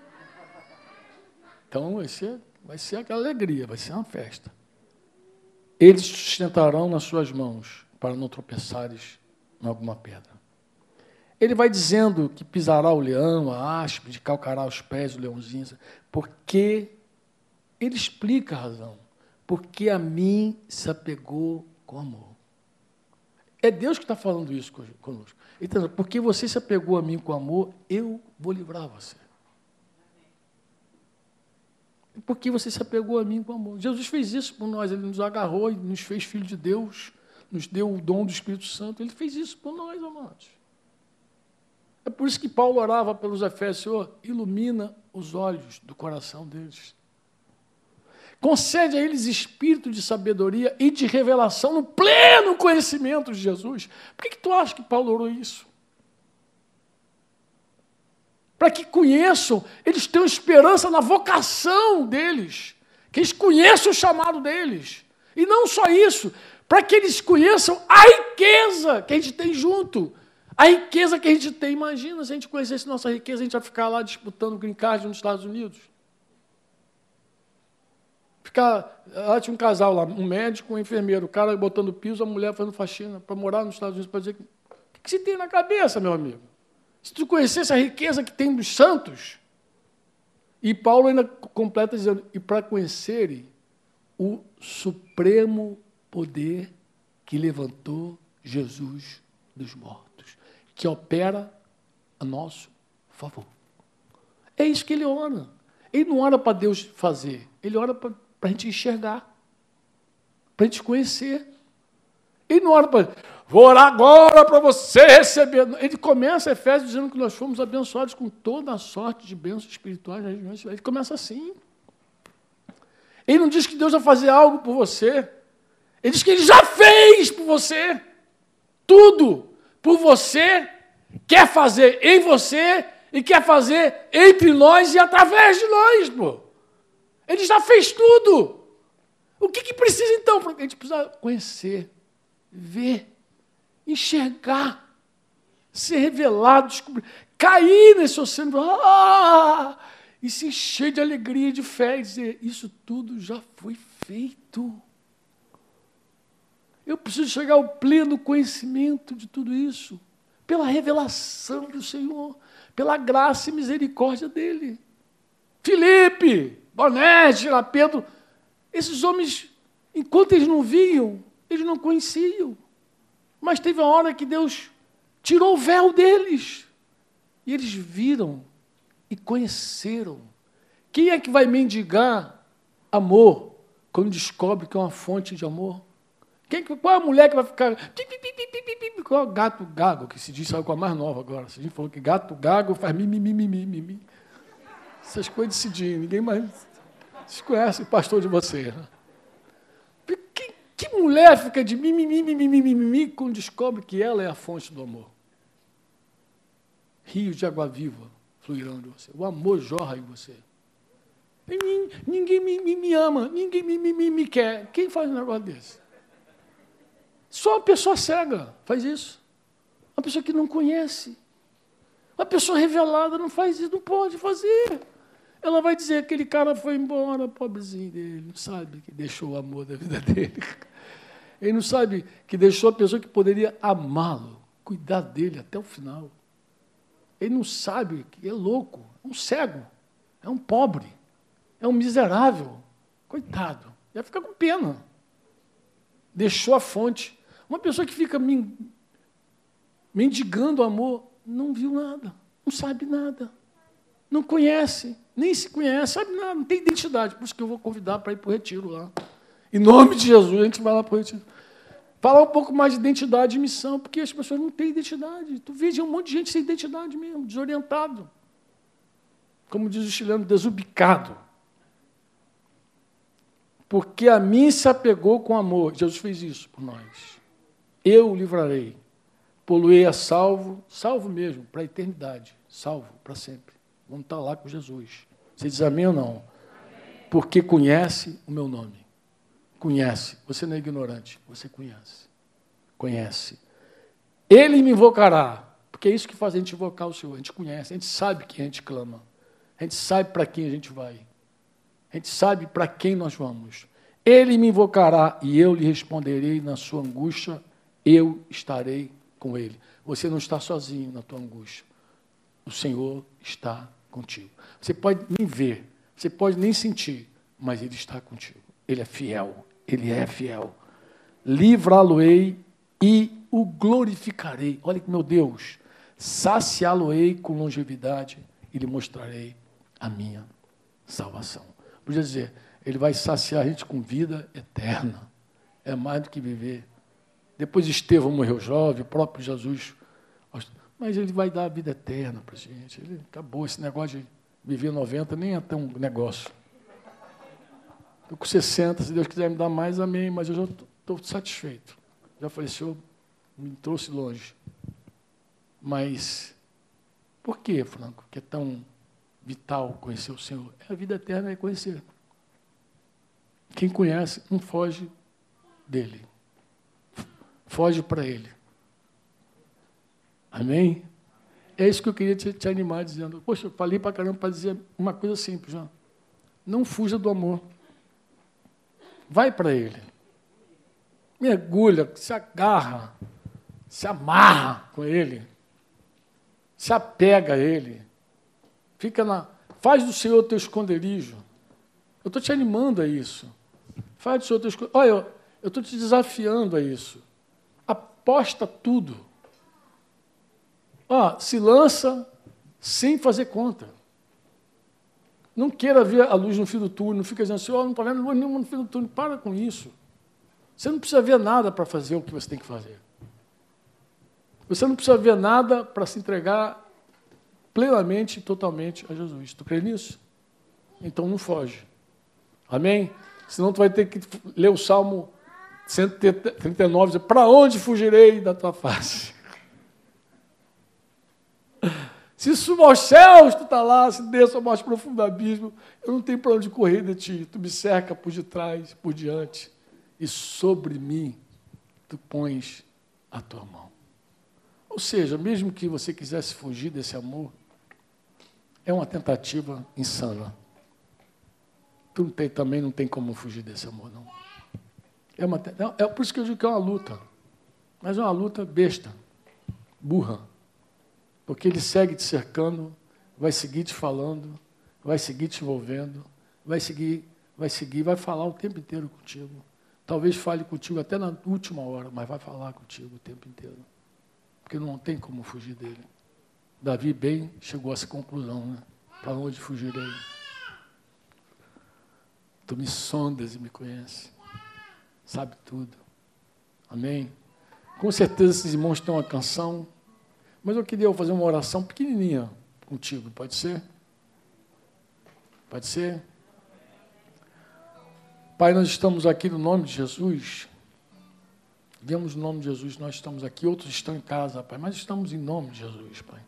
Então vai ser aquela alegria, vai ser uma festa. Eles te sustentarão nas suas mãos, para não tropeçares em alguma pedra. Ele vai dizendo que pisará o leão, a áspide, calcará os pés, o leãozinho, porque ele explica a razão. Porque a mim se apegou com amor. É Deus que está falando isso conosco. Então, porque você se apegou a mim com amor, eu vou livrar você. Porque você se apegou a mim com amor. Jesus fez isso por nós, ele nos agarrou e nos fez filho de Deus, nos deu o dom do Espírito Santo, ele fez isso por nós, amados. É por isso que Paulo orava pelos Efésios, Senhor, ilumina os olhos do coração deles. Concede a eles espírito de sabedoria e de revelação no pleno conhecimento de Jesus. Por que tu acha que Paulo orou isso? Para que conheçam, eles tenham esperança na vocação deles, que eles conheçam o chamado deles. E não só isso, para que eles conheçam a riqueza que a gente tem junto. A riqueza que a gente tem, imagina, se a gente conhecesse nossa riqueza, a gente ia ficar lá disputando o green card nos Estados Unidos. Lá tinha um casal lá, um médico, um enfermeiro, o cara botando piso, a mulher fazendo faxina, para morar nos Estados Unidos, para dizer, o que você tem na cabeça, meu amigo? Se tu conhecesse a riqueza que tem dos santos, e Paulo ainda completa dizendo, e para conhecerem o supremo poder que levantou Jesus dos mortos, que opera a nosso favor. É isso que ele ora. Ele não ora para Deus fazer, ele ora para a gente enxergar, para a gente conhecer. Ele não ora para, vou orar agora para você receber. Ele começa Efésios dizendo que nós fomos abençoados com toda a sorte de bênçãos espirituais. Ele começa assim. Ele não diz que Deus vai fazer algo por você. Ele diz que Ele já fez por você. Tudo por você, quer fazer em você e quer fazer entre nós e através de nós, pô. Ele já fez tudo. O que precisa então? Porque a gente precisa conhecer, ver, enxergar. ser revelado, descobrir, cair nesse oceano e se encher de alegria, de fé, e dizer, isso tudo já foi feito. Eu preciso chegar ao pleno conhecimento de tudo isso, pela revelação do Senhor, pela graça e misericórdia dele. Filipe, Boanerges, Pedro, esses homens, enquanto eles não viam, eles não conheciam. Mas teve uma hora que Deus tirou o véu deles. E eles viram e conheceram. Quem é que vai mendigar amor quando descobre que é uma fonte de amor? Qual é a mulher que vai ficar... Qual é o gato gago, que se diz, sabe qual é a mais nova agora? A gente falou que gato gago faz mimimi. Essas coisas decidiam, ninguém mais... Vocês conhecem o pastor de vocês, né? Que mulher fica de mimimi quando descobre que ela é a fonte do amor? Rios de água viva fluirão de você. O amor jorra em você. Ninguém me ama, ninguém me quer. Quem faz um negócio desse? Só uma pessoa cega faz isso. Uma pessoa que não conhece. Uma pessoa revelada não faz isso, não pode fazer. Ela vai dizer, aquele cara foi embora, pobrezinho dele, não sabe que deixou o amor da vida dele. Ele não sabe que deixou a pessoa que poderia amá-lo, cuidar dele até o final. Ele não sabe que é louco, é um cego, é um pobre, é um miserável. Coitado, ia ficar com pena. Deixou a fonte. Uma pessoa que fica mendigando amor, não viu nada, não sabe nada, não conhece, nem se conhece, sabe nada, não tem identidade. Por isso que eu vou convidar para ir para o retiro lá. Em nome de Jesus, a gente vai lá para o retiro. Falar um pouco mais de identidade e missão, porque as pessoas não têm identidade. Tu vês um monte de gente sem identidade mesmo, desorientado. Como diz o chileno, desubicado. Porque a mim se apegou com amor. Jesus fez isso por nós. Eu o livrarei. Poluei a salvo mesmo, para a eternidade. Salvo para sempre. Vamos estar lá com Jesus. Você diz amém ou não? Amém. Porque conhece o meu nome. Conhece. Você não é ignorante. Você conhece. Conhece. Ele me invocará. Porque é isso que faz a gente invocar o Senhor. A gente conhece. A gente sabe quem a gente clama. A gente sabe para quem a gente vai. A gente sabe para quem nós vamos. Ele me invocará e eu lhe responderei na sua angústia. Eu estarei com ele. Você não está sozinho na tua angústia. O Senhor está contigo. Você pode nem ver, você pode nem sentir, mas Ele está contigo. Ele é fiel. Ele é fiel. Livrá-lo-ei e o glorificarei. Olha que meu Deus. Saciá-lo-ei com longevidade e lhe mostrarei a minha salvação. Podia dizer, Ele vai saciar a gente com vida eterna. É mais do que viver. Depois Estevão morreu jovem, o próprio Jesus. Mas Ele vai dar a vida eterna para a gente. Ele acabou esse negócio de viver 90, nem é tão negócio. Estou com 60, se Deus quiser me dar mais, amém. Mas eu já estou satisfeito. Já falei, Senhor, me trouxe longe. Mas por que, Franco, que é tão vital conhecer o Senhor? A vida eterna é conhecer. Quem conhece não foge dele. Foge para ele. Amém? É isso que eu queria te animar, dizendo. Poxa, eu falei para caramba para dizer uma coisa simples. Não fuja do amor. Vai para ele. Mergulha, se agarra, se amarra com ele. Se apega a ele. Faz do Senhor teu esconderijo. Eu estou te animando a isso. Faz do Senhor teu esconderijo. Olha, eu estou te desafiando a isso. Aposta tudo. Se lança sem fazer conta. Não queira ver a luz no fim do túnel, não fica dizendo assim, não estou vendo luz nenhuma no fim do túnel. Para com isso. Você não precisa ver nada para fazer o que você tem que fazer. Você não precisa ver nada para se entregar plenamente e totalmente a Jesus. Tu crê nisso? Então não foge. Amém? Senão tu vai ter que ler o Salmo 139, dizer, para onde fugirei da tua face? Se subo aos céus, tu está lá, se desço ao mais profundo abismo, eu não tenho para onde correr de ti. Tu me cerca por detrás, por diante, e sobre mim tu pões a tua mão. Ou seja, mesmo que você quisesse fugir desse amor, é uma tentativa insana. Também não tem como fugir desse amor, não. É por isso que eu digo que é uma luta. Mas é uma luta besta, burra. Porque ele segue te cercando, vai seguir te falando, vai seguir te envolvendo, vai falar o tempo inteiro contigo. Talvez fale contigo até na última hora, mas vai falar contigo o tempo inteiro. Porque não tem como fugir dele. Davi bem chegou a essa conclusão, né? Para onde fugirei? Tu me sondas e me conheces. Sabe tudo. Amém? Com certeza esses irmãos têm uma canção, mas eu queria fazer uma oração pequenininha contigo, pode ser? Pode ser? Pai, nós estamos aqui no nome de Jesus. Viemos no nome de Jesus, nós estamos aqui, outros estão em casa, Pai, mas estamos em nome de Jesus, Pai.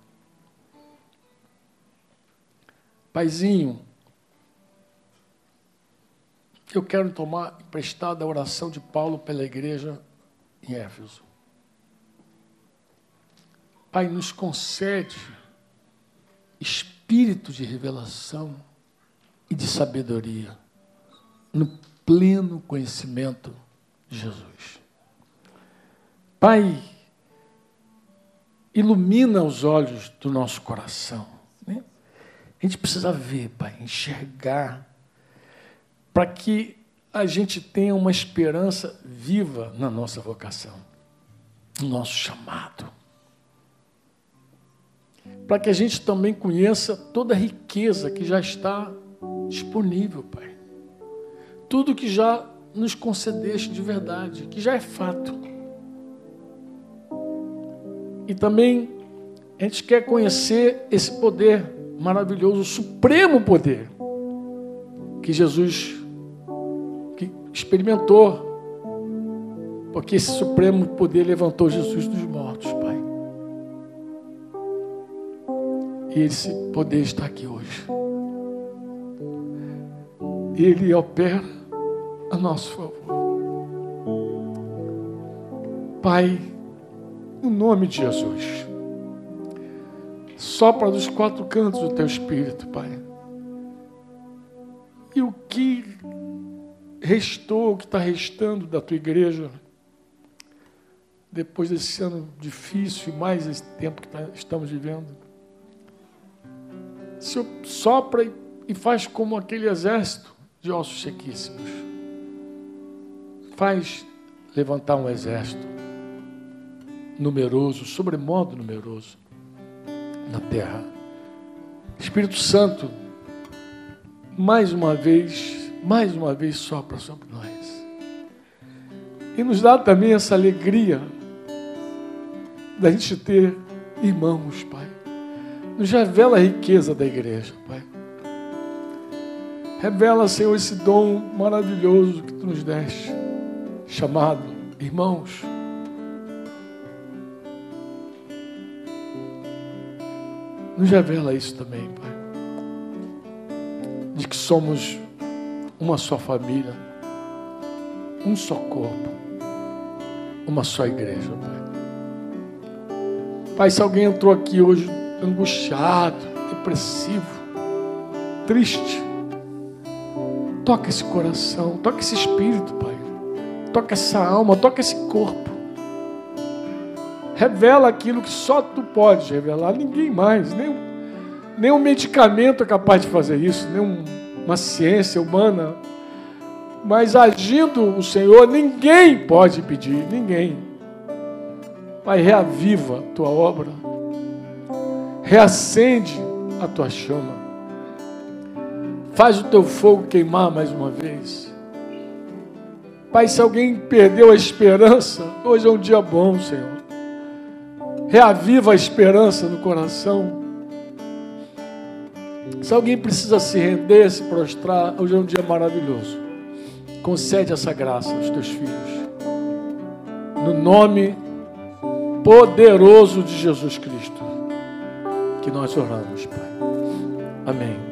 Paizinho, eu quero tomar emprestada a oração de Paulo pela igreja em Éfeso. Pai, nos concede espírito de revelação e de sabedoria no pleno conhecimento de Jesus. Pai, ilumina os olhos do nosso coração. Né? A gente precisa ver, Pai, enxergar, para que a gente tenha uma esperança viva na nossa vocação, no nosso chamado. Para que a gente também conheça toda a riqueza que já está disponível, Pai. Tudo que já nos concedeste de verdade, que já é fato. E também a gente quer conhecer esse poder maravilhoso, o supremo poder que Jesus experimentou, porque esse supremo poder levantou Jesus dos mortos, Pai. E esse poder está aqui hoje. Ele opera a nosso favor. Pai, no nome de Jesus, sopra dos quatro cantos o teu Espírito, Pai. E o que restou, o que está restando da tua igreja, depois desse ano difícil e mais esse tempo que estamos vivendo, Senhor, sopra e faz como aquele exército de ossos sequíssimos. Faz levantar um exército numeroso, sobremodo numeroso, na terra. Espírito Santo, mais uma vez sopra sobre nós. E nos dá também essa alegria da gente ter irmãos, Pai. Nos revela a riqueza da igreja, Pai. Revela, Senhor, esse dom maravilhoso que Tu nos deste, chamado irmãos. Nos revela isso também, Pai. De que somos uma só família, um só corpo, uma só igreja, Pai. Pai, se alguém entrou aqui hoje angustiado, depressivo, triste, toca esse coração, toca esse espírito, Pai. Toca essa alma, toca esse corpo. Revela aquilo que só Tu podes revelar, ninguém mais, nem um medicamento é capaz de fazer isso, nem uma ciência humana. Mas agindo o Senhor, ninguém pode impedir, ninguém. Pai, reaviva a Tua obra, reacende a Tua chama, faz o Teu fogo queimar mais uma vez. Pai, se alguém perdeu a esperança, hoje é um dia bom, Senhor. Reaviva a esperança no coração. Se alguém precisa se render, se prostrar, hoje é um dia maravilhoso. Concede essa graça aos Teus filhos. No nome poderoso de Jesus Cristo, que nós oramos, Pai. Amém.